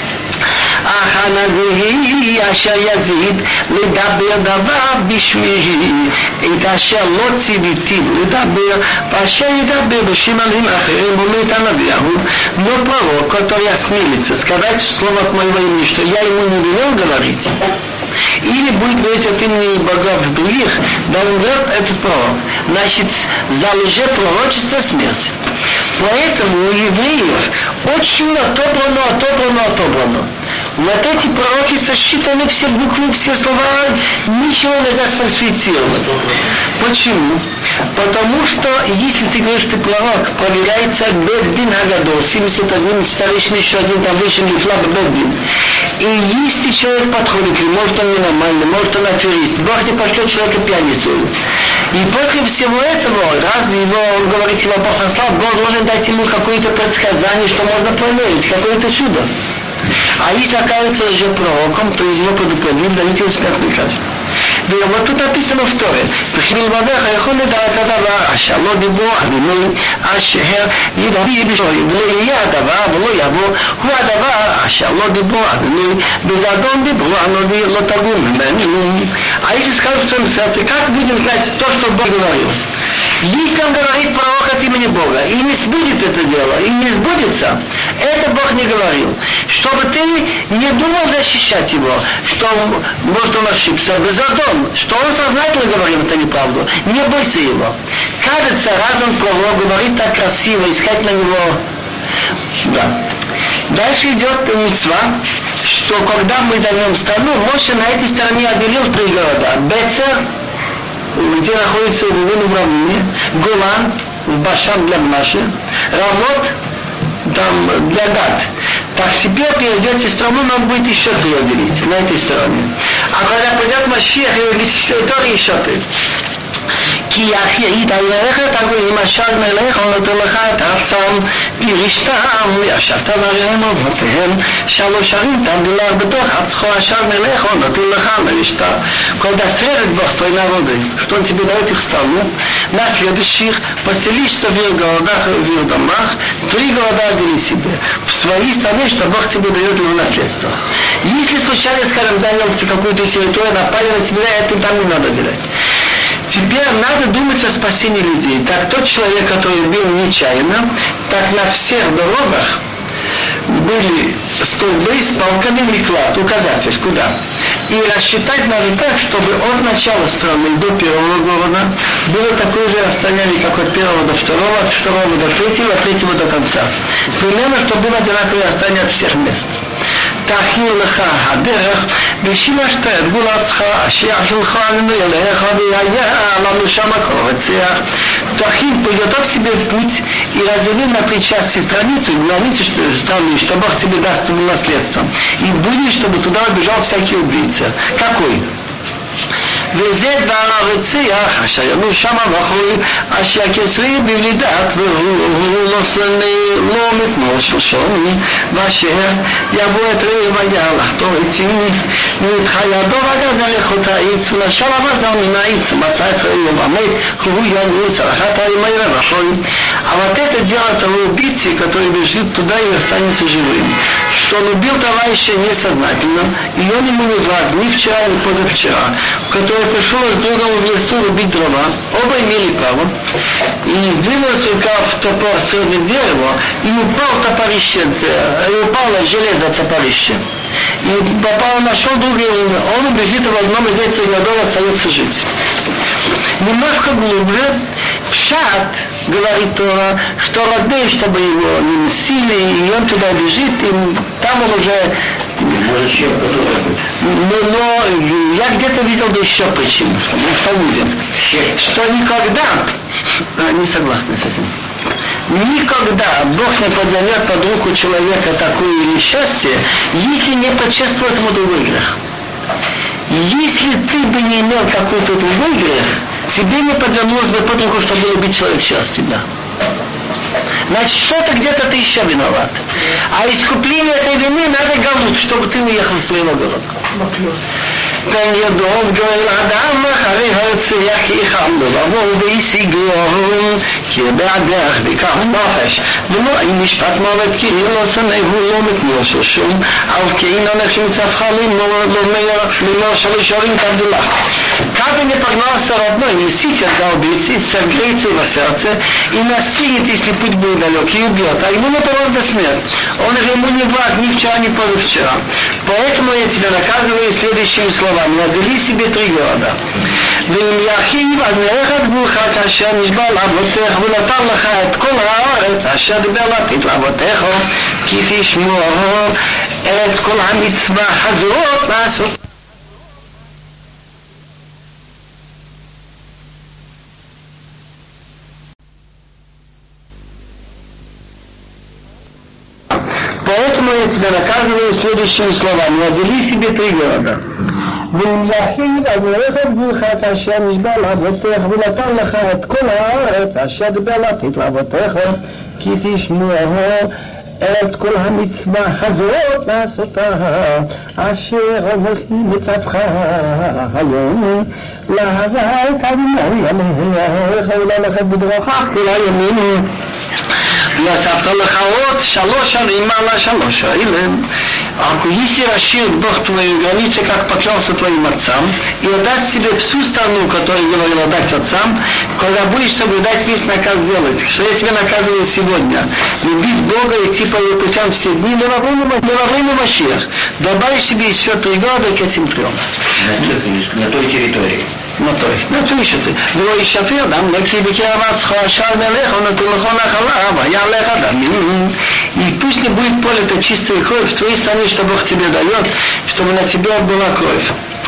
S1: אך הנביא אשר יזיד לדבר דבר בשמי את אשר לא ציוויתי לדבר ואשר ידבר בשם אלוהים אחרים אומר הנביא ההוא но пророк, который осмелится сказать слово от моего имени, что я ему не велел говорить, или будет говорить от имени богов других, да умрет этот пророк. Значит, за лжепророчество смерть. Поэтому у евреев очень отобрано. Вот эти пророки сосчитаны все буквы, все слова, ничего нельзя сфальсифицировать. Почему? Потому что, если ты говоришь, ты пророк, проверяется Беддин Агадол, 71, старейшин еще один, там выше Лифлаб Беддин. И если человек подходит, может он ненормальный, может он аферист, Бог не пошлет человека пьяницей. И после всего этого, раз его, он говорит, его Бог наслал, Бог должен дать ему какое-то предсказание, что можно проверить, какое-то чудо. А если окажется же пророком, то из его предупредим, дают ему смертный казнь. Вот тут написано второе. Прихил бабеха, יכול לדעת הדבר, אשר לא דיברו אבינו, אשר ידברי בשוי, ולא יהיה הדבר, ולא יבוא, הוא הדבר, אשר לא דיברו אבינו, בזדון דיברו הנביא, לא תגור ממנו. А если скажут в своем сердце, как будем знать то, что Бог говорил? Если он говорит пророк от имени Бога, и не сбудет это дело, и не сбудется, это Бог не говорил. Чтобы ты не думал защищать его, что может он ошибся, безодон, что он сознательно говорил это неправду, не бойся его. Кажется, раз он пророк говорит так красиво, искать на него. Да. Дальше идет мицва, что когда мы займем страну, Моше на этой стороне отделил 3 города. Бецер, где находится Рувен в равнине, Голан, в Башан для Мнаши, Рамот, там для Гад. Так теперь перейдете страну, нам будет еще 3 отделить на этой стороне. А когда придет Машиах, и тоже еще 3. כי אך יעיד עליך תגוי משל מלך ונותן לך את ארצם וירשתם וישבת בעריהם ובתיהם 3 ערים תגדילך בתוך ארצך אשר мелех он нотил לך лишта. Когда срежет Бог твои народы, что он тебе дает их страну, на следующих поселишься в их городах и в их домах, 3 города отдели себе в своей стране, что Бог тебе дает его наследство. Если случайно, скажем, занял какую-то территорию, напали на тебя, это там не надо делать. Теперь надо думать о спасении людей. Так тот человек, который бил нечаянно, так на всех дорогах были столбы с палками миклад, указатель, куда. И рассчитать надо так, чтобы от начала страны до 1-го города было такое же расстояние, как от 1-го до 2-го, от 2-го до 3-го, от 3-го до конца. Примерно, чтобы было одинаковое расстояние от всех мест. תכיר לך הדרך ושימשת את גבול ארצך אשר שלך עלינו אליך והיה לנו שם קורצח. תכיר, приготовь себе путь и раздели на 3 части страницу, границу страны, что Бог тебе даст ему наследство. И будешь, чтобы туда убежал всякий убийца. Какой? וזה דבר הרציח אשר ימור שמה בחוי אשר כסרי בבלידת והוא לא שונא לא מתמור של שוני ואשר יבוא את רעי ויער לחתור עצים ונתחה ידו וגזל לחוט העץ ונשל המזל מן העץ ומצא את רעי ובאמת הוא ינוס על אחת הימי רבחוי. А вот это дело того убийцы, который бежит туда и останется живым, что он убил товарища несознательно, и он ему не враг ни вчера, ни позавчера, который пришел с другом в лесу рубить дрова, оба имели право, и сдвинулась рука в топор срезать дерево, и упал топорище, упало железо топорище. И попал, нашел друга, он убежит, и в одном из этих годов остается жить. Немножко глубже, пшат, говорит Тора, что рады, чтобы его не носили, и он туда бежит, и там он уже... Но я где-то видел еще причину, в Талмуде, что никогда, не согласны с этим, никогда Бог не подведет под руку человека такое несчастье, если не предшествует ему другой грех. Если ты бы не имел какой-то другой грех, тебе не подвернулось бы под руку, чтобы убить человек сейчас тебя.
S2: Значит, что-то где-то ты еще виноват. А искупление этой вины надо галут, чтобы ты уехал из своего города. פן ידוב גואל אדם אחרי הרצח יחם לבוא וישיגו כי בעדך בקר נפש ולא עם משפט מוות כי לא שנאו לא מתנור של שום על כן אנשים צפחה למור של אישורים תעבדו לך Как бы не погнался родной, несите за убийцы, согрейте его сердце и насилит, если путь будет далек, и убьет, а ему не поможет до смерти. Он же ему не враг ни вчера, ни позавчера. Поэтому я тебя наказываю следующими словами. Отдели себе 3 города. ואם יחיב אז נערך את גבולך כאשר נשבע לאבותיך ונתן לך את כל הארץ אשר דיבר לתת לאבותיך כי תשמור את כל המצווה הזאת לעשות. Поэтому я тебя наказываю следующими словами. Отдели себе 3 города. ואם יחיד אז נערך את גבולך כאשר נשבע לאבותיך ונתן לך את כל הארץ אשר דיבר לתת לאבותיך כי תשמור את כל המצווה הזאת לעשותה אשר אנוכי מצווך היום להבאת אדוני עליך וללכת בדרכיך כל הימים. ואספת לך עוד 3 ערים מעל 3 האלה. Если расширит Бог твои границы, как поклялся твоим отцам, и отдаст тебе всю страну, которую говорил отдать отцам, когда будешь соблюдать весь наказ делать, что я тебя наказываю сегодня, любить Бога и идти по его путям все дни, не во время Машиах. Добавишь себе еще 3 года к этим 3.
S3: На той территории.
S2: На той еще ты. ולא ישפר דם, כי בקרבתך אשר מלך ונתן לך נחלה, ויעלך דמים. И пусть не будет пролита чистая кровь в твоей стране, что Бог тебе дает, чтобы на тебя была кровь.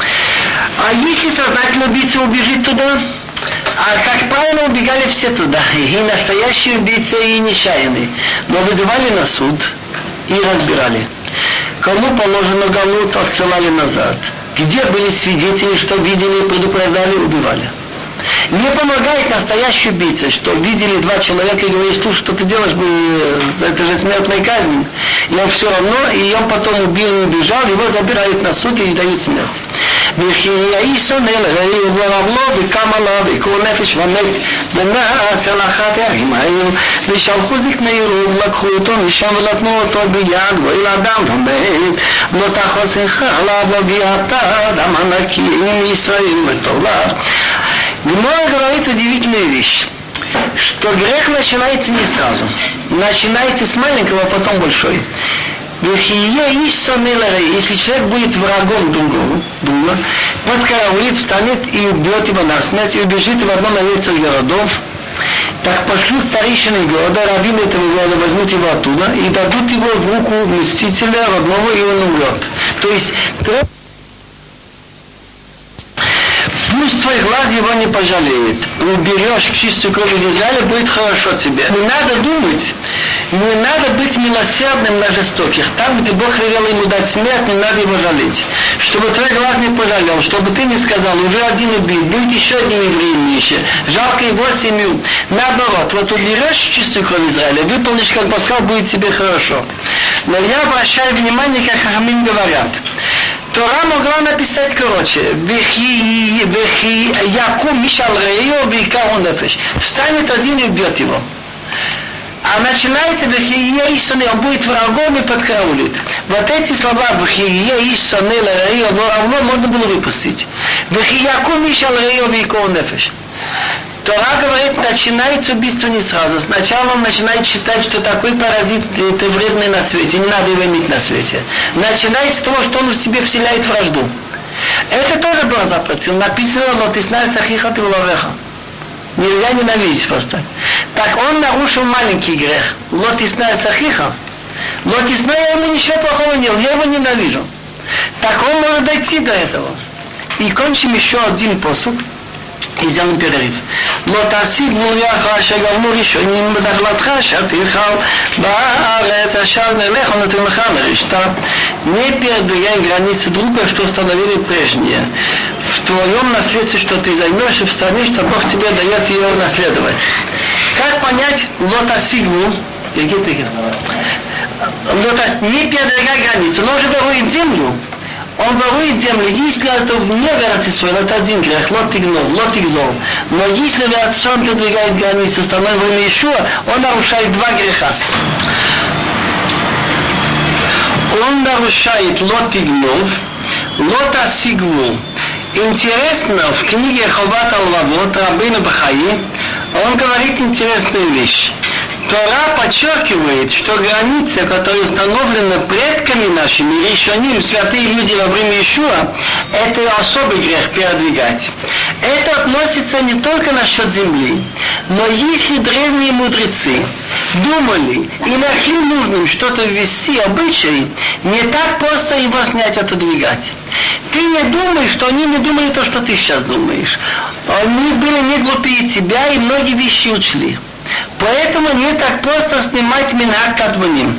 S2: А если сознательно убийца убежит туда, а как правило убегали все туда, и настоящие убийцы, и нечаянные, но вызывали на суд и разбирали. Кому положено галут, отсылали назад. Где были свидетели, что видели, предупреждали, убивали. Не помогает настоящий убийца, что видели 2 человека и говорят, слушай, что ты делаешь, это же смертная казнь. И он все равно, и он потом убил и убежал, его забирают на суд и дают смерть. וכי האיש שונא לרעהו ובלעו וקם עליו ויקור נפש ומת ונעש אל אחת הערים האלו ושלחו זקני עירוב לקחו אותו משם ונתנו אותו ביד ואל אדם ומת לא תחוסך עליו וביאת אדם הנקי עם ישראל ותולך. Гемара говорит удивительную вещь, что грех начинается не сразу. Начинается с маленького, а потом большой. Если человек будет врагом друга, подкараулит, встанет и убьет его насмерть, и убежит в одном из городов, так пошлют старейшины города, раввины этого города возьмут его оттуда и дадут его в руку мстителя родного, и он умрет. То есть пусть твой глаз его не пожалеет. Уберешь чистую кровь из Израиля, будет хорошо тебе. Не надо думать, не надо быть милосердным на жестоких. Там, где Бог велел ему дать смерть, не надо его жалеть. Чтобы твой глаз не пожалел, чтобы ты не сказал, уже один убит, будет еще один еврей меньше. Жалко его семью. Наоборот, вот уберешь чистую кровь Израиля, выполнишь, как Бог сказал, будет тебе хорошо. Но я обращаю внимание, как хахамим говорят. Тора могла написать короче. Вехи якум мишал рею вейкару нефеш. Встанет один и убьет его. А начинает вехи исоне, он будет врагом и подкараулит. Вот эти слова вехи исоне рею равно можно было выпустить. Вехи якум мишал рею вейкару нефеш. Тора говорит, начинается убийство не сразу. Сначала он начинает считать, что такой паразит это вредный на свете, не надо его иметь на свете. Начинает с того, что он в себе вселяет вражду. Это тоже было запретил. Написано, лотисна сахиха пиловеха. Нельзя ненавидеть просто. Так он нарушил маленький грех. Лотисна сахиха. Лотисна я ему ничего плохого не делал, я его ненавижу. Так он может дойти до этого. И кончим еще один посуд. И сделаем перерыв. לא תעשי גבולך אשר גבלו ראשונים בנחלתך אשר תלכו בארץ אשר נלך ונותן לך לרשתה. Не передвигай границы друга, что установили прежние. В твоем наследстве, что ты займешь, и в стране, что Бог тебе дает ее наследовать. Как понять лота сигву? Не передвигай границу, но уже ворует землю. Он ворует землю, если это не вероятно, это один грех, лотигзол. Но если вероятно, передвигает границу, становится во имя Иешуа, он нарушает два греха. Он нарушает лотигнов, лотасигву. Интересно, в книге Ховат Алвавот Рабейну Бахаи он говорит интересную вещь. Тора подчеркивает, что граница, которая установлена предками нашими, решоним, святые люди во время Иешуа, это особый грех передвигать. Это относится не только насчет земли, но если древние мудрецы думали и нашли нужным что-то ввести, обычай, не так просто его снять, отодвигать. Ты не думаешь, что они не думали то, что ты сейчас думаешь. Они были не глупее тебя и многие вещи учли. Поэтому не так просто снимать минхаг кадмоним.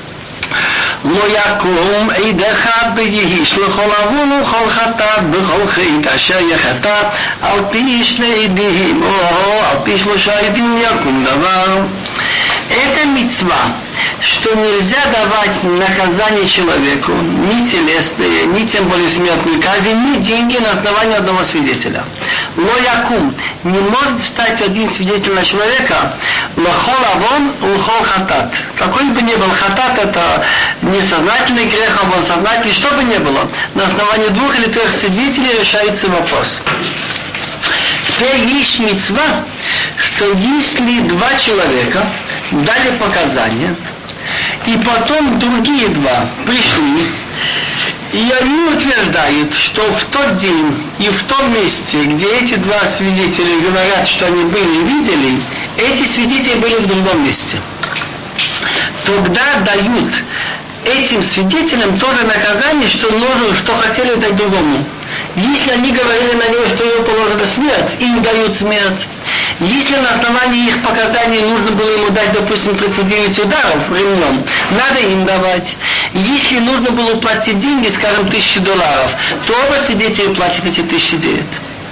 S2: לא יקום עד אחד ויהיש לכל עוון וכל חטאת בכל חטא אשר יחטא על פי שני עדים או על פי 3 עדים יקום דבר. Это мицва, что нельзя давать наказание человеку, ни телесные, ни тем более смертную казнь, ни деньги на основании одного свидетеля. Ло якум, не может встать один свидетель на человека, лохол авон, лохол хатат. Какой бы ни был хатат, это несознательный грех, а сознательный, что бы ни было. На основании 2 или 3 свидетелей решается вопрос. Теперь есть мицва, что если 2 человека дали показания, и потом другие 2 пришли, и они утверждают, что в тот день и в том месте, где эти 2 свидетеля говорят, что они были и видели, эти свидетели были в другом месте. Тогда дают этим свидетелям тоже наказание, что хотели дать другому. Если они говорили на него, что его положена смерть, им дают смерть. Если на основании их показаний нужно было ему дать, допустим, 39 ударов ремнем, надо им давать. Если нужно было платить деньги, скажем, $1000, то оба свидетеля платят эти 1009.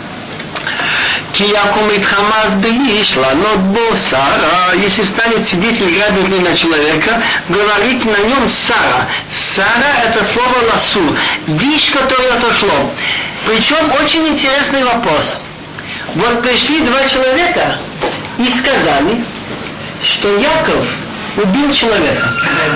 S2: Если встанет свидетель грабитель на человека, говорить на нем Сара. Сара — это слово ласу, вещь, которая отошло. Причем очень интересный вопрос. Вот пришли 2 человека и сказали, что Яков убил человека.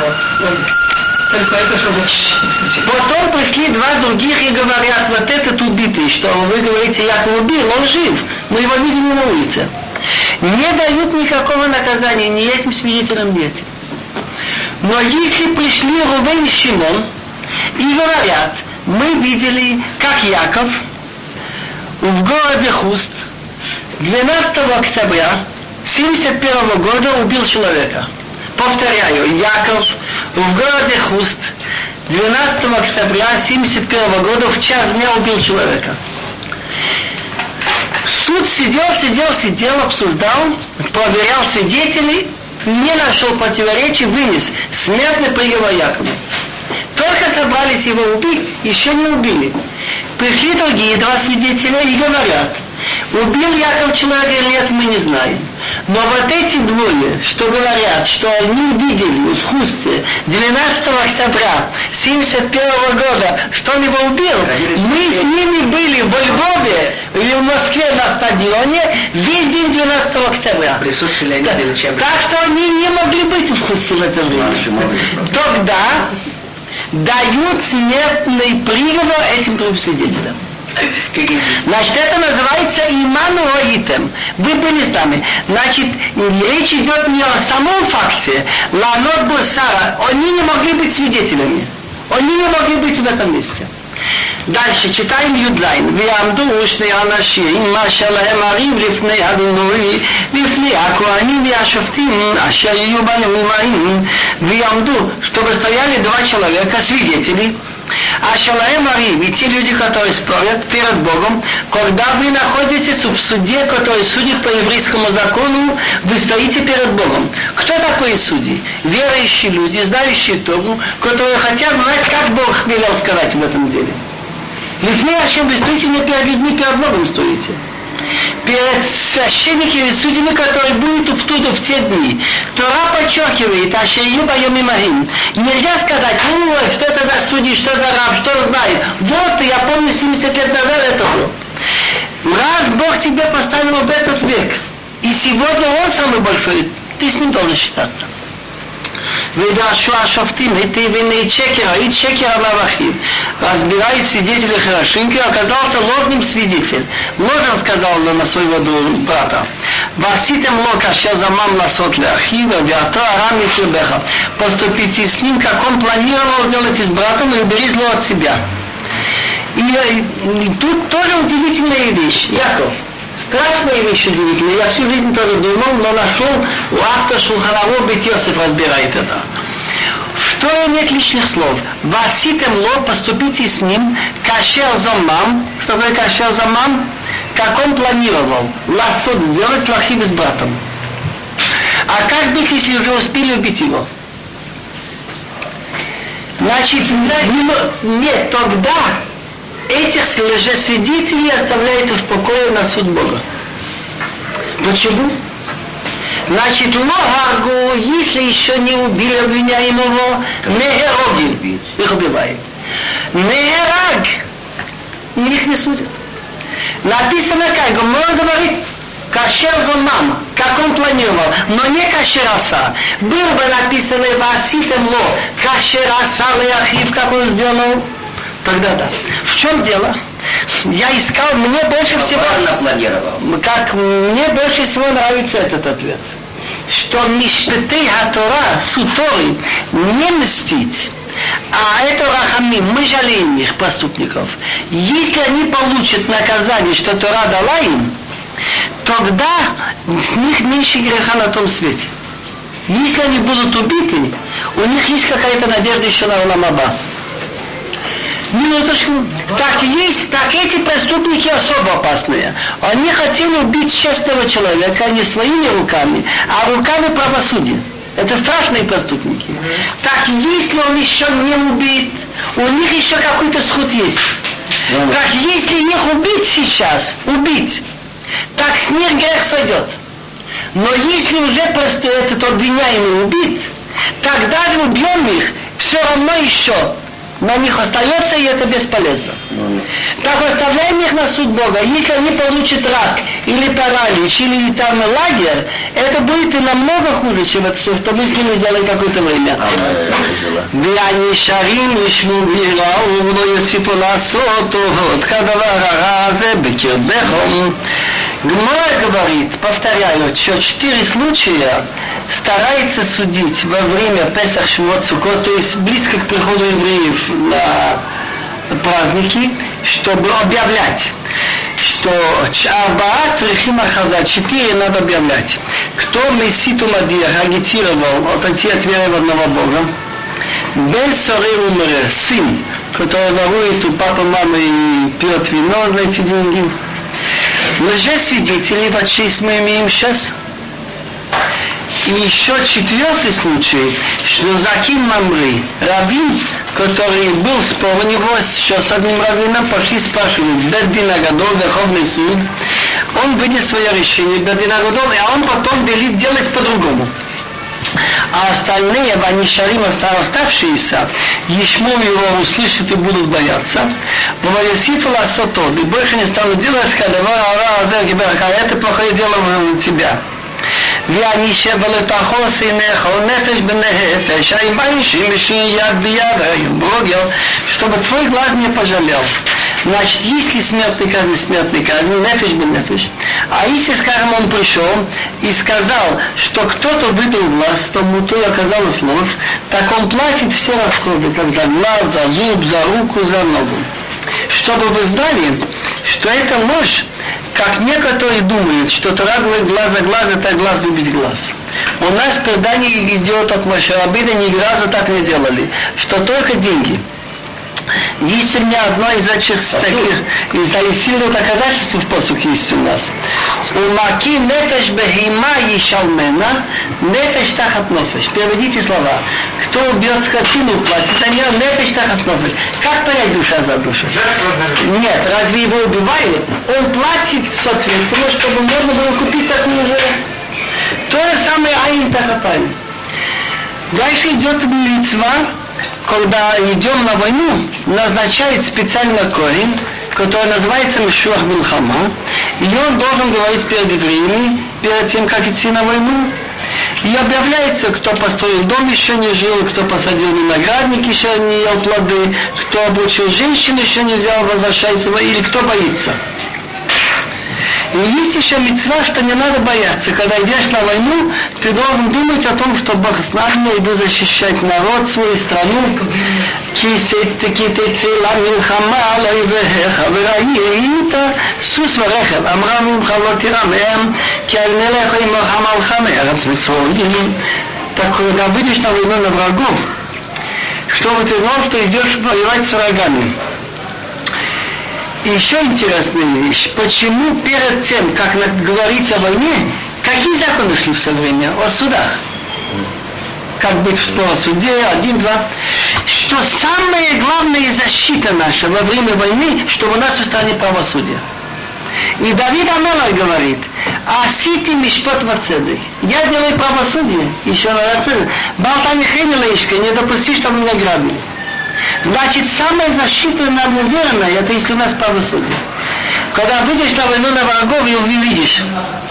S2: Потом пришли 2 других и говорят, вот этот убитый, что вы говорите, Яков убил, он жив, мы его видели на улице. Не дают никакого наказания ни этим свидетелям, ни этим. Но если пришли Рувен и Шимон и говорят, мы видели, как Яков в городе Хуст 12 октября 1971 года убил человека. Повторяю, Яков в городе Хуст 12 октября 1971 года в час дня убил человека. Суд сидел, обсуждал, проверял свидетелей, не нашел противоречий, вынес смертный приговор Якову. Только собрались его убить, еще не убили. Пришли другие 2 свидетеля и говорят, убил Яков человека или нет, мы не знаем. Но вот эти 2, что говорят, что они видели в Хусте 12 октября 1971 года, что он его убил, мы с ними были в Львове или в Москве на стадионе весь день 12 октября. Так что они не могли быть в Хусте в это время. Тогда дают смертный приговор этим 2 свидетелям. Значит, это называется иману оитем. Вы были с нами. Значит, речь идет не о самом факте. Ланот Бурсара. Они не могли быть свидетелями. Они не могли быть в этом месте. Дальше читаем Юдзайн. ויעמדו שני אנשים אשר להם ערים לפני אדוני לפני הכהנים והשופטים אשר יהיו בימים ההם ויעמדו, чтобы стояли 2 человека, свидетели. А шалаем арим, и те люди, которые спорят перед Богом, когда вы находитесь в суде, который судит по еврейскому закону, вы стоите перед Богом. Кто такой судьи? Верующие люди, знающие Тору, которые хотят знать, как Бог велел сказать в этом деле. Лифней Ашем, вы стоите не перед людьми, перед Богом стоите. перед священниками и судьями, которые будут в те дни. Тора подчеркивает, нельзя сказать, что это за судьи, что за раб, что знает. Вот, я помню, 70 лет назад это было. Раз Бог тебя поставил в этот век, и сегодня Он самый большой, ты с Ним должен считаться. ודרשו השופטים היטב עיני שקר, העיד שקר המלאכים. разбирает свидетеля хорошенько, оказался ложным свидетелем. Ложен сказал на своего брата. ועשיתם לו כאשר זמם לעשות לאחיו, ואתו הרם מקרבך. Поступите с ним, как он планировал сделать с братом, и убери зло от себя. И тут тоже удивительная вещь. Яков. Страшная вещь удивительная. Я всю жизнь тоже думал, но нашел у автора Шулхан Арух Бейт Йосеф разбирает это. В Торе нет лишних слов. Васитем ло, поступите с ним, кашер замам. Что такое кашер замам? Как он планировал. Ласот сделать лахив с братом. А как быть, если уже успели убить его? Значит, нет, тогда этих лжесвидетелей оставляет в покое на суд Бога. Почему? Значит, логаргу, если еще не убили обвиняемого, нехерогин, их убивает. Нехераг, их не судят. Написано как, Гомора говорит, кашер зонам, как он планировал, но не кашераса. Было бы написано васитем ло, кашераса леахив, как он сделал. Тогда да. В чем дело? Я искал, мне больше всего... Как мне больше всего нравится этот ответ. Что мишпетей ха-Тора, суд Торы, не мстить. А это рахамим, мы жалеем их, поступников. Если они получат наказание, что Тора дала им, тогда с них меньше греха на том свете. Если они будут убиты, у них есть какая-то надежда еще на Олам Аба. Минуточку. Так есть, так эти преступники особо опасные. Они хотели убить честного человека не своими руками, а руками правосудия. Это страшные преступники. Так если он еще не убит, у них еще какой-то сход есть. Так если их убить сейчас, убить, так с них грех сойдет. Но если уже просто этот обвиняемый убит, тогда убьем их, все равно еще на них остается, и это бесполезно. Так оставляем их на суд Бога. Если они получат рак, или паралич, или там лагерь, это будет и намного хуже, чем это все, что мы с ними сделали какое-то время. ואני שרים ישמו ויראו ולא יוסיפו לעשות עוד כדבר הרע הזה בקרבכם. Гмара говорит, повторяю, что 4 случая старается судить во время Песах, Шивот, Суккот, то есть близко к приходу евреев на праздники, чтобы объявлять, что Арбаат Рехим Ахаза, 4 надо объявлять. Кто Меситу Мадия агитировал отойти от веры в одного Бога? Бен Сорер умер, сын, который ворует у папы, мамы и пьет вино за эти деньги. Лжесвидетелей, вот 6 мы имеем сейчас. И еще 4 случай, что Заким Мамри, раввин, который был спор у него еще с одним раввином, пошли спрашивать, Бет-Дин Агадол, Верховный суд, он вынес свое решение, Бет-Дин Агадол, а он потом велит делать по-другому. А остальные, ванишарим, оставшиеся, Ешму его услышат и будут бояться. И больше не станут делать, когда это плохое дело у тебя. ואני שבא לתחוס עיניך נפש בנפש, האישים בשין יד ביד, ברוגר, чтобы твой глаз не пожалел. Значит, если смертный казнь, нефеш бен-нефеш. А если, скажем, он пришел и сказал, что кто-то выбил глаз, тому то оказалось ложь, так он платит все расходы, как за глаз, за зуб, за руку, за ногу. Чтобы вы знали, что это ложь, как некоторые думают, что Тора говорит глаз за глаз, это глаз выбить глаз. У нас предание идет от Моше Рабейну, ни разу так не делали, что только деньги. Есть у меня одно из этих из сильных доказательств в посуке есть у нас. Умаки нефеш бехима ешалмена, нефеш тахат нофеш. Переведите слова. Кто убьет скотину, платит за нее нефеш тахат нофеш. Как понять душа за душу? Нет, разве его убивают? Он платит соответственно, чтобы можно было купить такую же. То же самое Айн Тахапайн. Дальше идет мицва, когда идем на войну, назначает специально коэн, который называется Мишуах Милхама, и он должен говорить перед евреями, перед тем, как идти на войну. И объявляется, кто построил дом, еще не жил, кто посадил виноградник, еще не ел плоды, кто обучил женщин, еще не взял, возвращается, или кто боится. И есть еще мицва, что не надо бояться. Когда идешь на войну, ты должен думать о том, что Бог с нами, я иду защищать народ, свою страну. Так, когда выйдешь на войну на врагов, чтобы ты знал, что идешь воевать с врагами. И еще интересная вещь, почему перед тем, как говорить о войне, какие законы шли в все время? О судах. Как быть в суде, 1, 2. Что самая главная защита наша во время войны, чтобы у нас в стране правосудие. И Давид Амелах говорит, асити мишпот вацедек. Я делаю правосудие, еще на вацедек. Балтани хренилаишка, не допусти, чтобы меня грабили. Значит, самая защита нам уверенная, это если у нас правосудие. Когда выйдешь на войну на врагов, и увидишь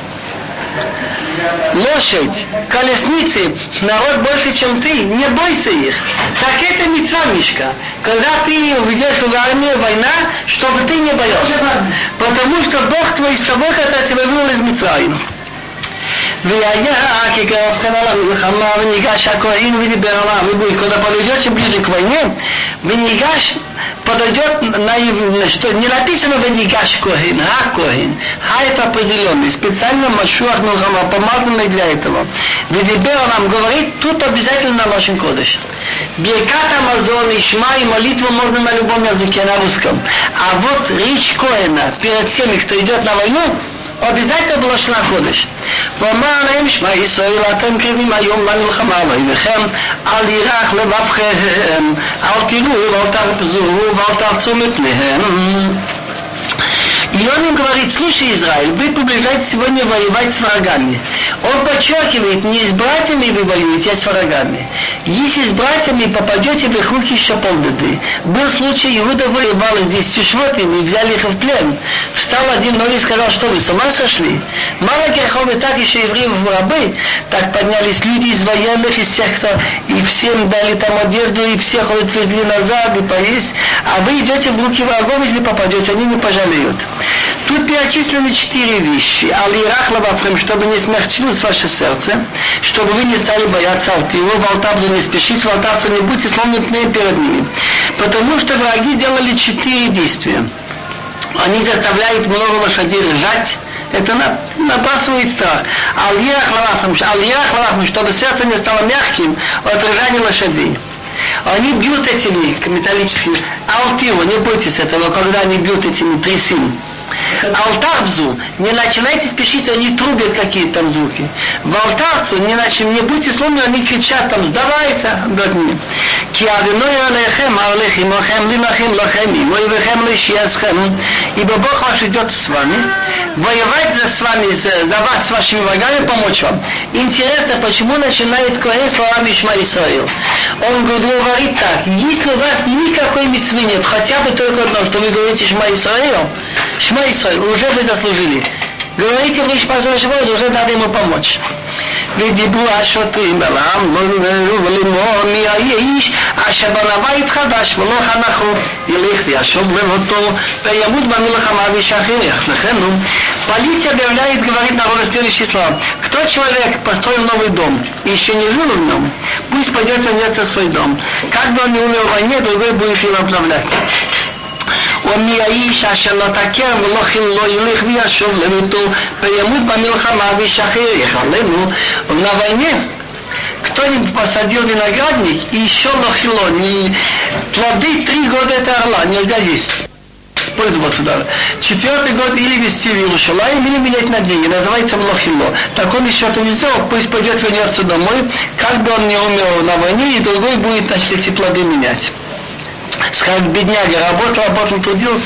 S2: лошадь, колесницы, народ больше, чем ты, не бойся их. Так это мицва, Мишка. Когда ты ведешь в армию война, чтобы ты не боялся. Потому что Бог твой с тобой, когда тебя вывел из Мицраима. והיה כקרבכם על המלחמה וניגש הכהן ודיבר על הריבוי. Когда подойдете ближе к войне, וניגש, подойдет, что не написано венигаш коэн, коэн. Это определенный, специально Машуах Милхама, помазанный для этого. Видибер нам говорит, тут обязательно на Лошен Кодеш. Беркат Амазон, Ишма и молитву можно на любом языке, на русском. А вот речь коэна перед теми, кто идет на войну, обязательно было шла ходыш. ואמר להם שמע ישראל אתם קרבים היום למלחמה לאויביכם אל ירח לבבכם אל תראו ואל תרפזו ואל תעצו מפניהם. И он им говорит, слушай, Израиль, вы приближаетесь сегодня воевать с врагами. Он подчеркивает, не с братьями вы воюете, а с врагами. Если с братьями попадете в их руки, еще полбеды. Был случай, Иуда воевал здесь с Тишвотами и взяли их в плен. Встал один новый и сказал, что вы с ума сошли? Мало грехов и так еще евреев в рабы. Так поднялись люди из военных, из всех, кто и всем дали там одежду, и всех отвезли назад, и поесть. А вы идете в руки врагов, если попадете, они не пожалеют. Тут перечислены 4 вещи. Алирах лававхем, чтобы не смягчилось ваше сердце, чтобы вы не стали бояться Алтиру, в Алтабду не спешить, в Алтабцу не будьте словно перед ними. Потому что враги делали 4 действия. Они заставляют много лошадей ржать, это набрасывает страх. Алирах лававхем, чтобы сердце не стало мягким от ржания лошадей. Они бьют этими металлическими. Алтиру, не бойтесь этого, когда они бьют этими трясин. Алтарбзу, не начинайте спешить, они трубят какие-то там звуки. В алтарцу не будьте сломлены, они кричат там, сдавайся, родни. Ибо Бог ваш идет с вами, воевать за вас, с вашими врагами, помочь вам. Интересно, почему начинает Коэн словами Шма Исраил? Он говорит так, если у вас никакой мицвы нет, хотя бы только одно, что вы говорите Шма Исраил, Шма Исраил, уже вы заслужили. Говорите в Шма Исраил, уже надо ему помочь. ודיברו השוטרים אליהם, לא נראו ולמור מי האיש אשר בנה בית חדש ולא חנכו, ילך וישוב לבותו וימות במלחמה וישחרר. לכן полиция объявляет, говорит народу следующие слова. Кто человек построил новый дом и еще не жил в нем, пусть пойдет вернется в свой дом. Как бы он не умер в войне, другой будет его обновлять. ומי האיש אשר לא תכר ולא חיל לא ילך וישוב לביתו וימות במלחמה וישחרר יחלנו. На войне кто-нибудь посадил виноградник и еще лохило, плоды 3 года это орла, нельзя есть. Использовался даже. 4-й год или везти в Иерусалим, или менять на деньги, называется лохило. Так он еще это не сделал, пусть пойдет вернется домой, как бы он не умер на войне, и другой будет, значит, эти плоды менять. Скажет, бедняга, работал, трудился.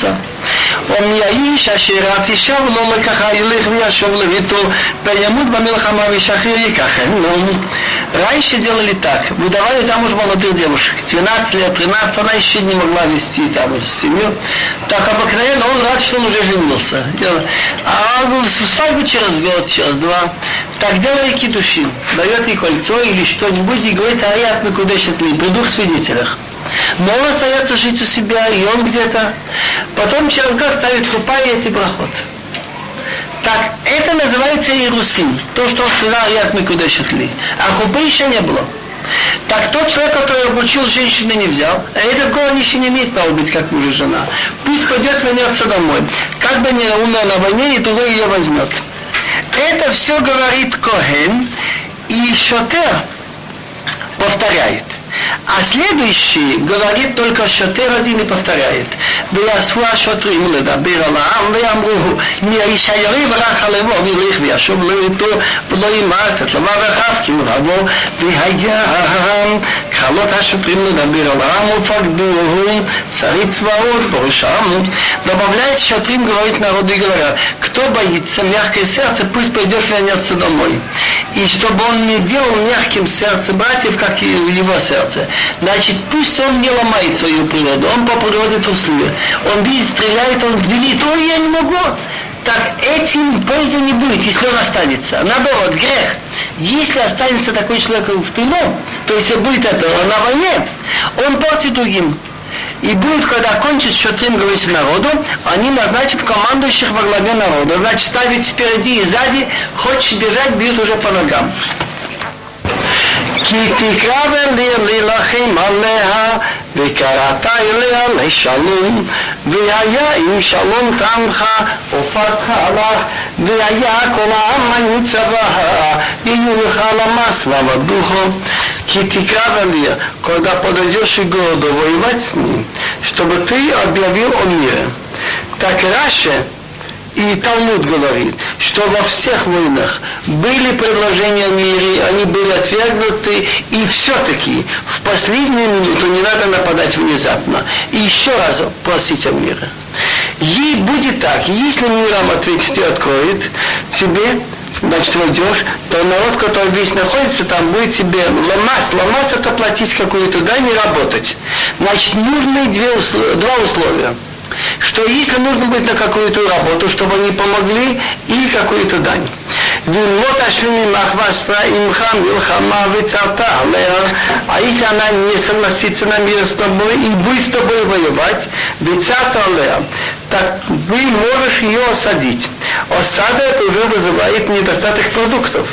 S1: ומהאיש אשר רץ ישב לו לקחה ילך וישוב לביתו וימות במלחמה ושחרר ייקחנו. Раньше делали так, выдавали замуж молодых девушек, 12 лет, 13, она еще не могла вести там семью. Так обыкновенно он рад, что он уже женился. А свадьбу через год, через два. Так делали кидушин, дает ей кольцо или что-нибудь и говорит, аят мы куда шатли, при двух свидетелях. Но он остается жить у себя, и он где-то. Потом через год ставит хупа и эти брахот. Так, это называется Иерусим. То, что он сказал, аят мы куда шатли. А хупы еще не было. Так тот человек, который обучил женщину, не взял, а этот голод еще не имеет права быть как муж и жена. Пусть пойдет, вернется домой. Как бы не умер на войне, и другой ее возьмет. Это все говорит Коэн, и Шотер повторяет. А следующий говорит только Шотер один и повторяет. ויאספו השוטרים לדבר על העם ואמרו מהאיש היריב רח לבוא וילך וישוב לביתו ולא ימאס את לבב אחיו כי הוא רבו והיה התחלות השוטרים לדבר על העם ופקדוהו цари צבאות בראשם. Добавляет шатрим, говорит народу и говорят, кто боится мягкое сердце, пусть пойдет вернется домой. И чтобы он не делал мягким сердце братьев, как и в его сердце. Значит, пусть он не ломает свою природу, он по природе трусливый. Он видит, стреляет, он видит, ой, я не могу. Так этим пользы не будет, если он останется. Наоборот, грех. Если останется такой человек в тылу, то если будет это на войне, он портит другим. И будет, когда кончит шатрим, говорит народу, они назначат командующих во главе народа. Значит, ставить впереди и сзади, хочешь бежать, бьют уже по ногам. כי תקרב אלי להילחם עליה וקראת אליה לשלום והיה אם שלום תמך ופתחה לך והיה כל העם הניצבה יהיו לך למס ועבדухо. כי תקרב אליה, когда подойдешь к городу воевать с ним, чтобы ты объявил о мире. Так Раши и Талмуд говорит, что во всех войнах были предложения о мире, они были отвергнуты, и все-таки в последнюю минуту не надо нападать внезапно. И еще раз просить о мире. Ей будет так, если миром ответит и откроет тебе, значит, войдешь, то народ, который весь находится там, будет тебе ломас. Ломас это платить какую-то дань и работать. Значит, нужны два условия. Что если нужно быть на какую-то работу, чтобы они помогли, и какую-то дань. А если она не согласится на мир с тобой и будет с тобой воевать, так вы можешь ее осадить. Осада это уже вызывает недостаток продуктов.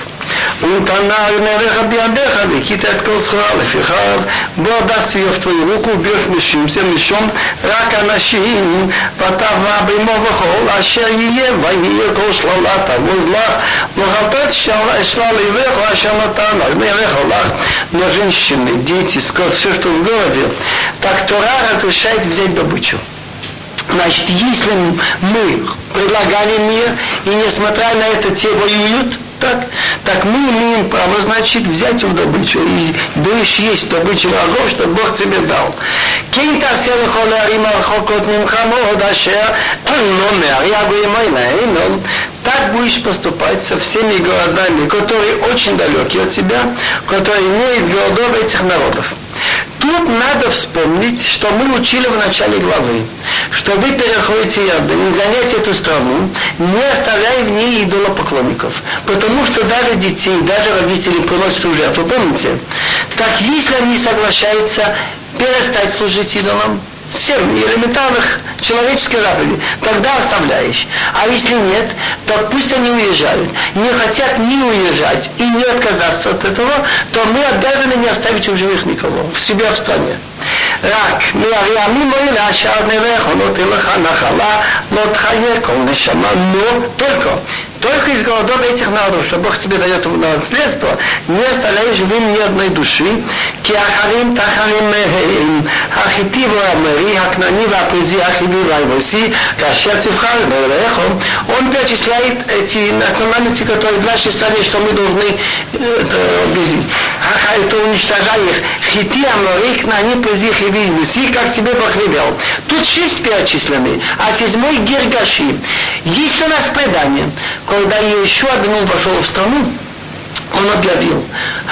S1: Бог даст ее в твою руку, убьешь мечом, рак анашим, потава бимо вахол, ашер ие, вайе кошлала, тавузлах, лохалтат шла ливех, ашер натана, невехолах. Но женщины, дети, все, что в городе, так Тора разрешает взять добычу. Значит, если мы предлагали мир, и несмотря на это те воюют, так мы имеем право, значит, взять в добычу. И будешь есть добычу врагов, что Бог тебе дал. Так будешь поступать со всеми городами, которые очень далеки от тебя, которые имеют городов этих народов. Тут надо вспомнить, что мы учили в начале главы, что вы переходите Иордан и занять эту страну, не оставляя в ней идолопоклонников, потому что даже детей, даже родители приносят в жертву, помните? Так если они соглашаются перестать служить идолам, 7 элементарных человеческих заповедей, тогда оставляешь. А если нет, то пусть они уезжают. Не хотят ни уезжать и не отказаться от этого, то мы обязаны не оставить в живых никого, в себя в стране. רק מהימים האלה אשר נלך ונותן לך נחלה לא תחיה כל נשמה. Но только
S2: только из голодов этих народов, что Бог тебе дает на наследство, не оставляй живым ни одной души. Киахарим тахарим меhem, ахити ваамери, акнани вапрези, ахиви вайвоси, кашер цивхар ваэрехо. Он перечисляет эти национальности, которые в нашей стране, что мы должны объяснить. Это уничтожай их. Хити, амори, кнани, прези, хиви, васи, как тебе Бог велел. Тут 6 перечислены, а 7-й Гиргаши. Есть у нас предание, когда Иешуа бен Нун вошел в страну, он объявил: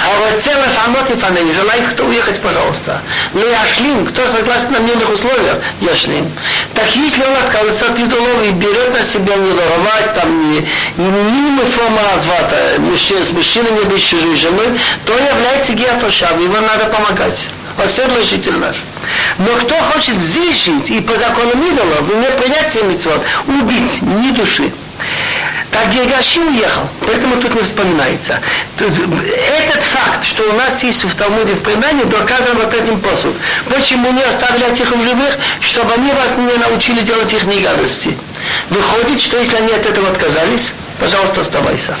S2: желает кто уехать, пожалуйста. Леяшлим, кто согласен на мирных условиях, яшлим. Так если он отказывается от идолов и берет на себя не воровать, там не минимум форма разврата, мужчина с мужчиной, не без чужой женой, то является геатошав, его надо помогать. Оседлый житель наш. Но кто хочет здесь жить и по законам идолов, и не принять все мицвот, убить ни души. Так Гиргаши уехал, поэтому тут не вспоминается. Этот факт, что у нас есть в Талмуде в предании, доказан вот этим посудом. Почему не оставлять их в живых, чтобы они вас не научили делать их негадости? Выходит, что если они от этого отказались, пожалуйста, оставайся.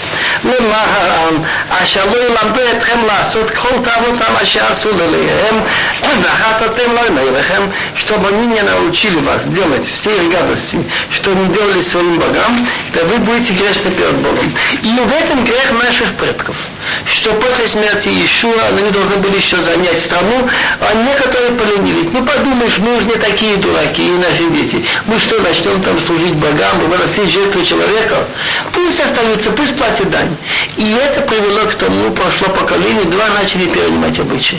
S2: Чтобы они не научили вас делать все их гадости, что не делали своим богам, то вы будете грешны перед Богом. И в этом грех наших предков, что после смерти Иешуа они должны были еще занять страну, а некоторые поленились. Ну подумаешь, мы уже не такие дураки, и наши дети. Мы что, начнем там служить богам, выносить жертву человека? Пусть остаются, пусть платят дань. И это привело к тому, прошло поколение, 2 начали перенимать обычаи.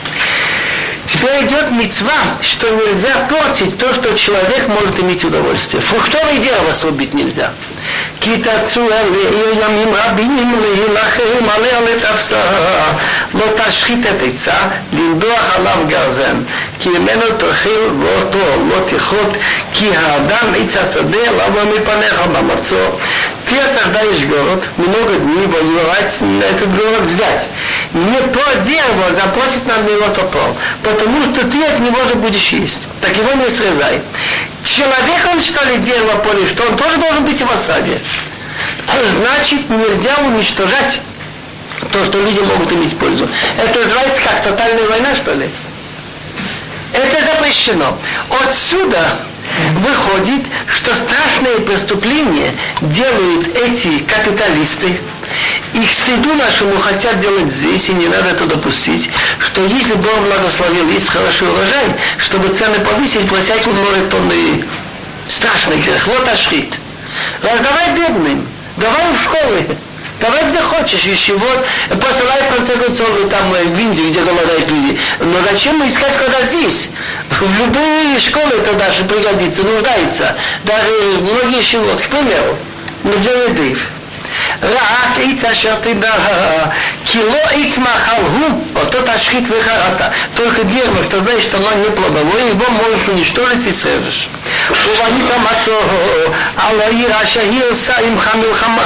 S2: Теперь идет мицва, что нельзя портить то, что человек может иметь удовольствие. Фруктовое дерево срубить нельзя. Китацу ямим рабим лихилахем алея летавса לא תשחית את עצה לנדוח עליו גרזן כי ממנו תאכל ואותו לא תאכות כי האדם עץ השדה לבוא מפניך במצור. Ты осаждаешь город, много дней воевать на этот город взять. Не то дерево запросит на него топор, потому что ты от него же будешь есть. Так его не срезай. Человек, он что ли дерево понял, что он тоже должен быть в осаде. Значит, нельзя уничтожать то, что люди могут иметь пользу. Это называется как тотальная война, что ли? Это запрещено. Отсюда выходит, что страшные преступления делают эти капиталисты. Их стыду нашему хотят делать здесь, и не надо это допустить, что если Бог благословил, есть хороший урожай, чтобы цены повысить, просять в море тонны. Страшный грех. Вот ашрит. Раздавай бедным, давай в школы. Давай где хочешь, ищи, вот, посылай в конце концов там в Индию, где голодают люди. Но зачем искать, когда здесь? В любые школы это даже пригодится, нуждается. Даже многие живут, к примеру, для еды. רק עץ אשר תדע, כי לא עץ מאכל הוא, אותו תשחית וחרטה. Только дерево, что знаешь, что оно не плодовое, его можешь уничтожить и срежешь. ובנית מצור על העיר אשר היא עושה עמך מלחמה.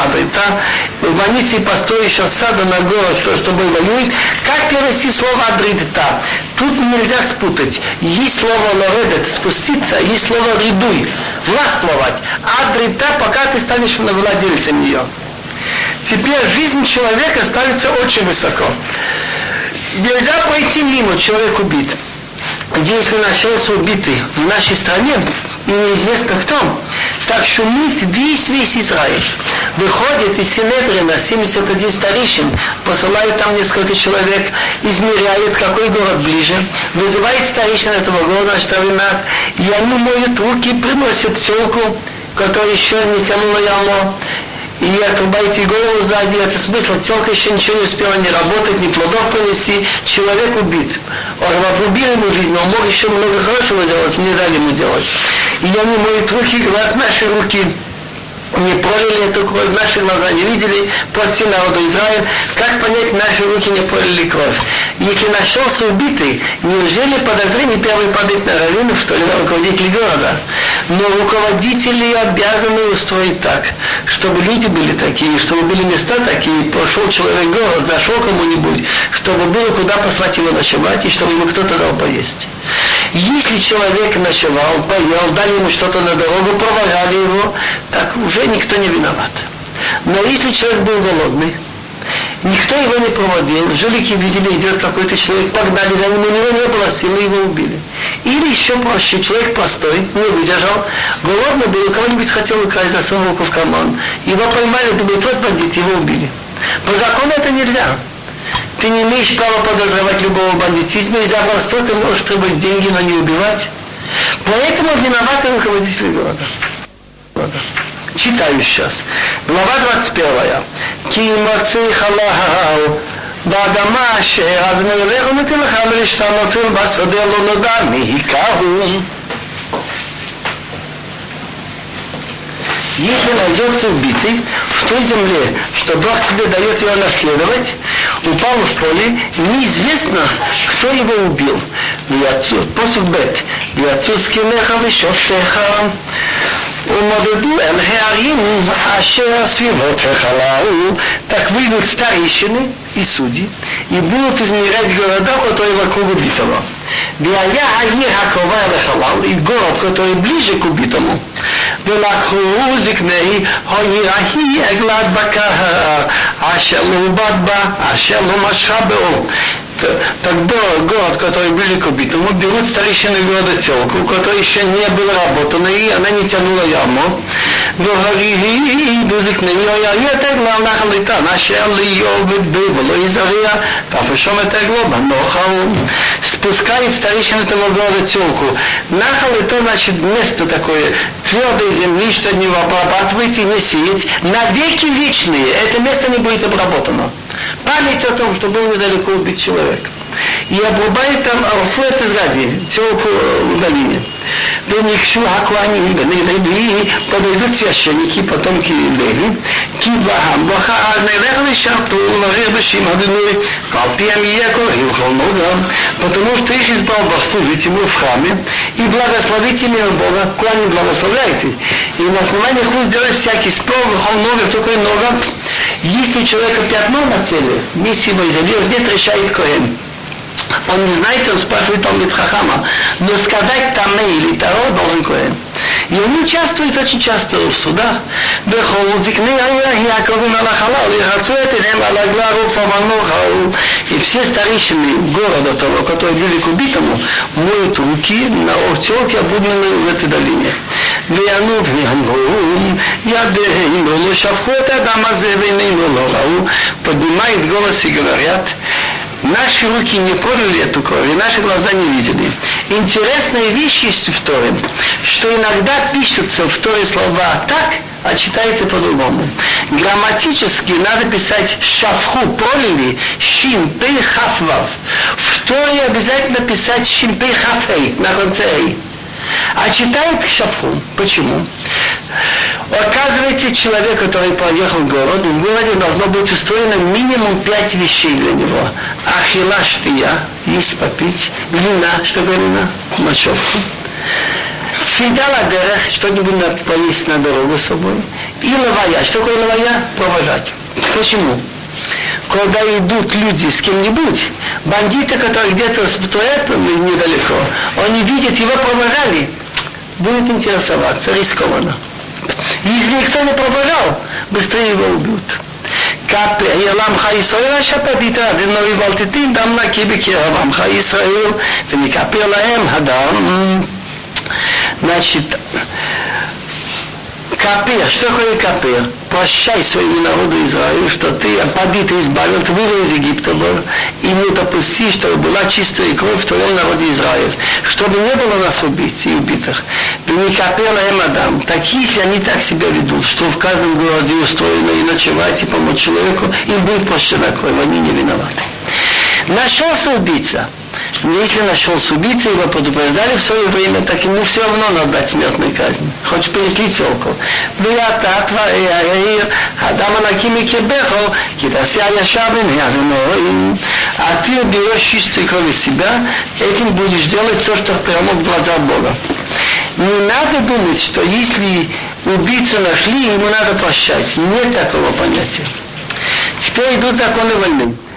S2: ובניתי построишь осаду на город, что с тобой воюет. Как перевести слово «адрита»? Тут нельзя спутать. Есть слово «лоредет» — спуститься, есть слово «ридуй» — властвовать. Адрита, пока ты станешь владельцем ее. Теперь жизнь человека ставится очень высоко. Нельзя пойти мимо, человек убит. Если нашелся убитый в нашей стране, и неизвестно кто, так шумит весь Израиль. Выходит из Синедрина 71 старейшин, посылает там несколько человек, измеряет, какой город ближе, вызывает старейшин этого города, Штавинат, и они моют руки, приносят телку, которая еще не тянула яму, и отрубаете голову сзади, это смысл, телка еще ничего не успела не работать, ни плодов принести, человек убит. Он убил ему жизнь, он мог еще много хорошего делать, не дали ему делать. И они моют руки, говорят, наши руки не пролили эту кровь, наши глаза не видели, прости народу Израиль. Как понять, наши руки не пролили кровь? Если нашелся убитый, неужели подозрение первый падает на раввинов, что ли, на руководителей города? Но руководители обязаны устроить так, чтобы люди были такие, чтобы были места такие, прошел человек в город, зашел кому-нибудь, чтобы было куда послать его ночевать, и чтобы ему кто-то дал поесть. Если человек ночевал, поел, дали ему что-то на дорогу, провожали его, так уже никто не виноват. Но если человек был голодный, никто его не проводил, жулики видели, идет какой-то человек, погнали за ним, у него не было силы, его убили. Или еще проще, человек простой, не выдержал, голодный был, кого-нибудь хотел украсть, засунул руку в карман. Его поймали, думают, вот бандит, его убили. По закону это нельзя. Ты не имеешь права подозревать любого бандитизма, и за воровство ты можешь требовать деньги, но не убивать. Поэтому виноваты руководители города. Читаю сейчас. Глава 21. Ки маци халахау באדמה שאדנו ילך ונתלך ולהשתמותל בשדה לא נודע מי. Если найдется убитый в той земле, что Бог тебе дает ее наследовать, упал в поле, неизвестно, кто его убил. Посуд бет. ויצאו זקניך ושופטיך ומודדו אל הערים אשר סביבות החלל. Так выйдут старейшины и судьи и будут измерять города, которые вокруг убитого. והיה העיר הקרובה אל החלל, и город, который ближе к убитому. ולקחו זקני העיר ההיא עגלת בקר אשר לא בד בה אשר לא משכה באור. Тогда город, который ближе к убитому, берут старейшины города телку, которая еще не была работана, и она не тянула яму. Спускает старейшин этого города телку. Нахал это значит место такое, твердой земли, что не обрабатывать и не сеять. Навеки вечные. Это место не будет обработано. Память о том, что был недалеко убит человек. И обрубает там арфу это сзади, телку в долине. Веникшу акуани, подойдут священники, потомки Леви, кибахам, баха, нелехли шарту, ларебешим, адыной, калпиям якорим, холногам, потому что их избрал Бог служить ему в храме, и благословите имя Бога, куани благословляйте. И на основании худ делать всякий спор, холногам, только ногам, если у человека пятно на теле, миссия изолирует, нет, решает Коэн. Он не знает, он спрашивает Талмид Хахама, но сказать Таме или Таро должен Коэн. И он участвует очень часто в судах. И все старейшины города того, которые были к убитому, моют руки на овчелке, обугненной в этой долине. Поднимает голос и говорят: наши руки не пролили эту кровь, и наши глаза не видели. Интересная вещь есть в Торе, что иногда пишутся в Торе слова так, а читается по-другому. Грамматически надо писать шафху, пролили, шин, пей, хафвав. В Торе обязательно писать шин, пей, хафей, на конце эй. А читает шафху. Почему? Оказывается, человек, который поехал в город, в городе должно быть устроено минимум 5 вещей для него. Ахила, штия, есть попить, вина, что такое вина? Мочевку. Цидала дерех, что-нибудь надо поесть на дорогу с собой. И лавая, что такое лавая? Провожать. Почему? Когда идут люди с кем-нибудь, бандиты, которые где-то стоят недалеко, они видят, его провожали, будут интересоваться, рискованно. Если никто не провожал, быстрее его убьют. Значит, капир, что такое капир? Прощай своему народу Израилю, что ты побитый избавил, ты вывел из Египта и не допусти, чтобы была чистая кровь в твоем народе Израиль, чтобы не было нас убийц и убитых. Ты не капела им Адам. Так если они так себя ведут, что в каждом городе устроено и ночевать, и помочь человеку, им будет прощена кровь, они не виноваты. Нашелся убийца. Если нашелся убийца, его предупреждали в свое время, так ему все равно надо дать смертную казнь. Хочешь принесли телку. А ты берешь чистую кровь из себя, этим будешь делать то, что прямо в глазах Бога. Не надо думать, что если убийцу нашли, ему надо прощать. Нет такого понятия. Теперь идут законы войны.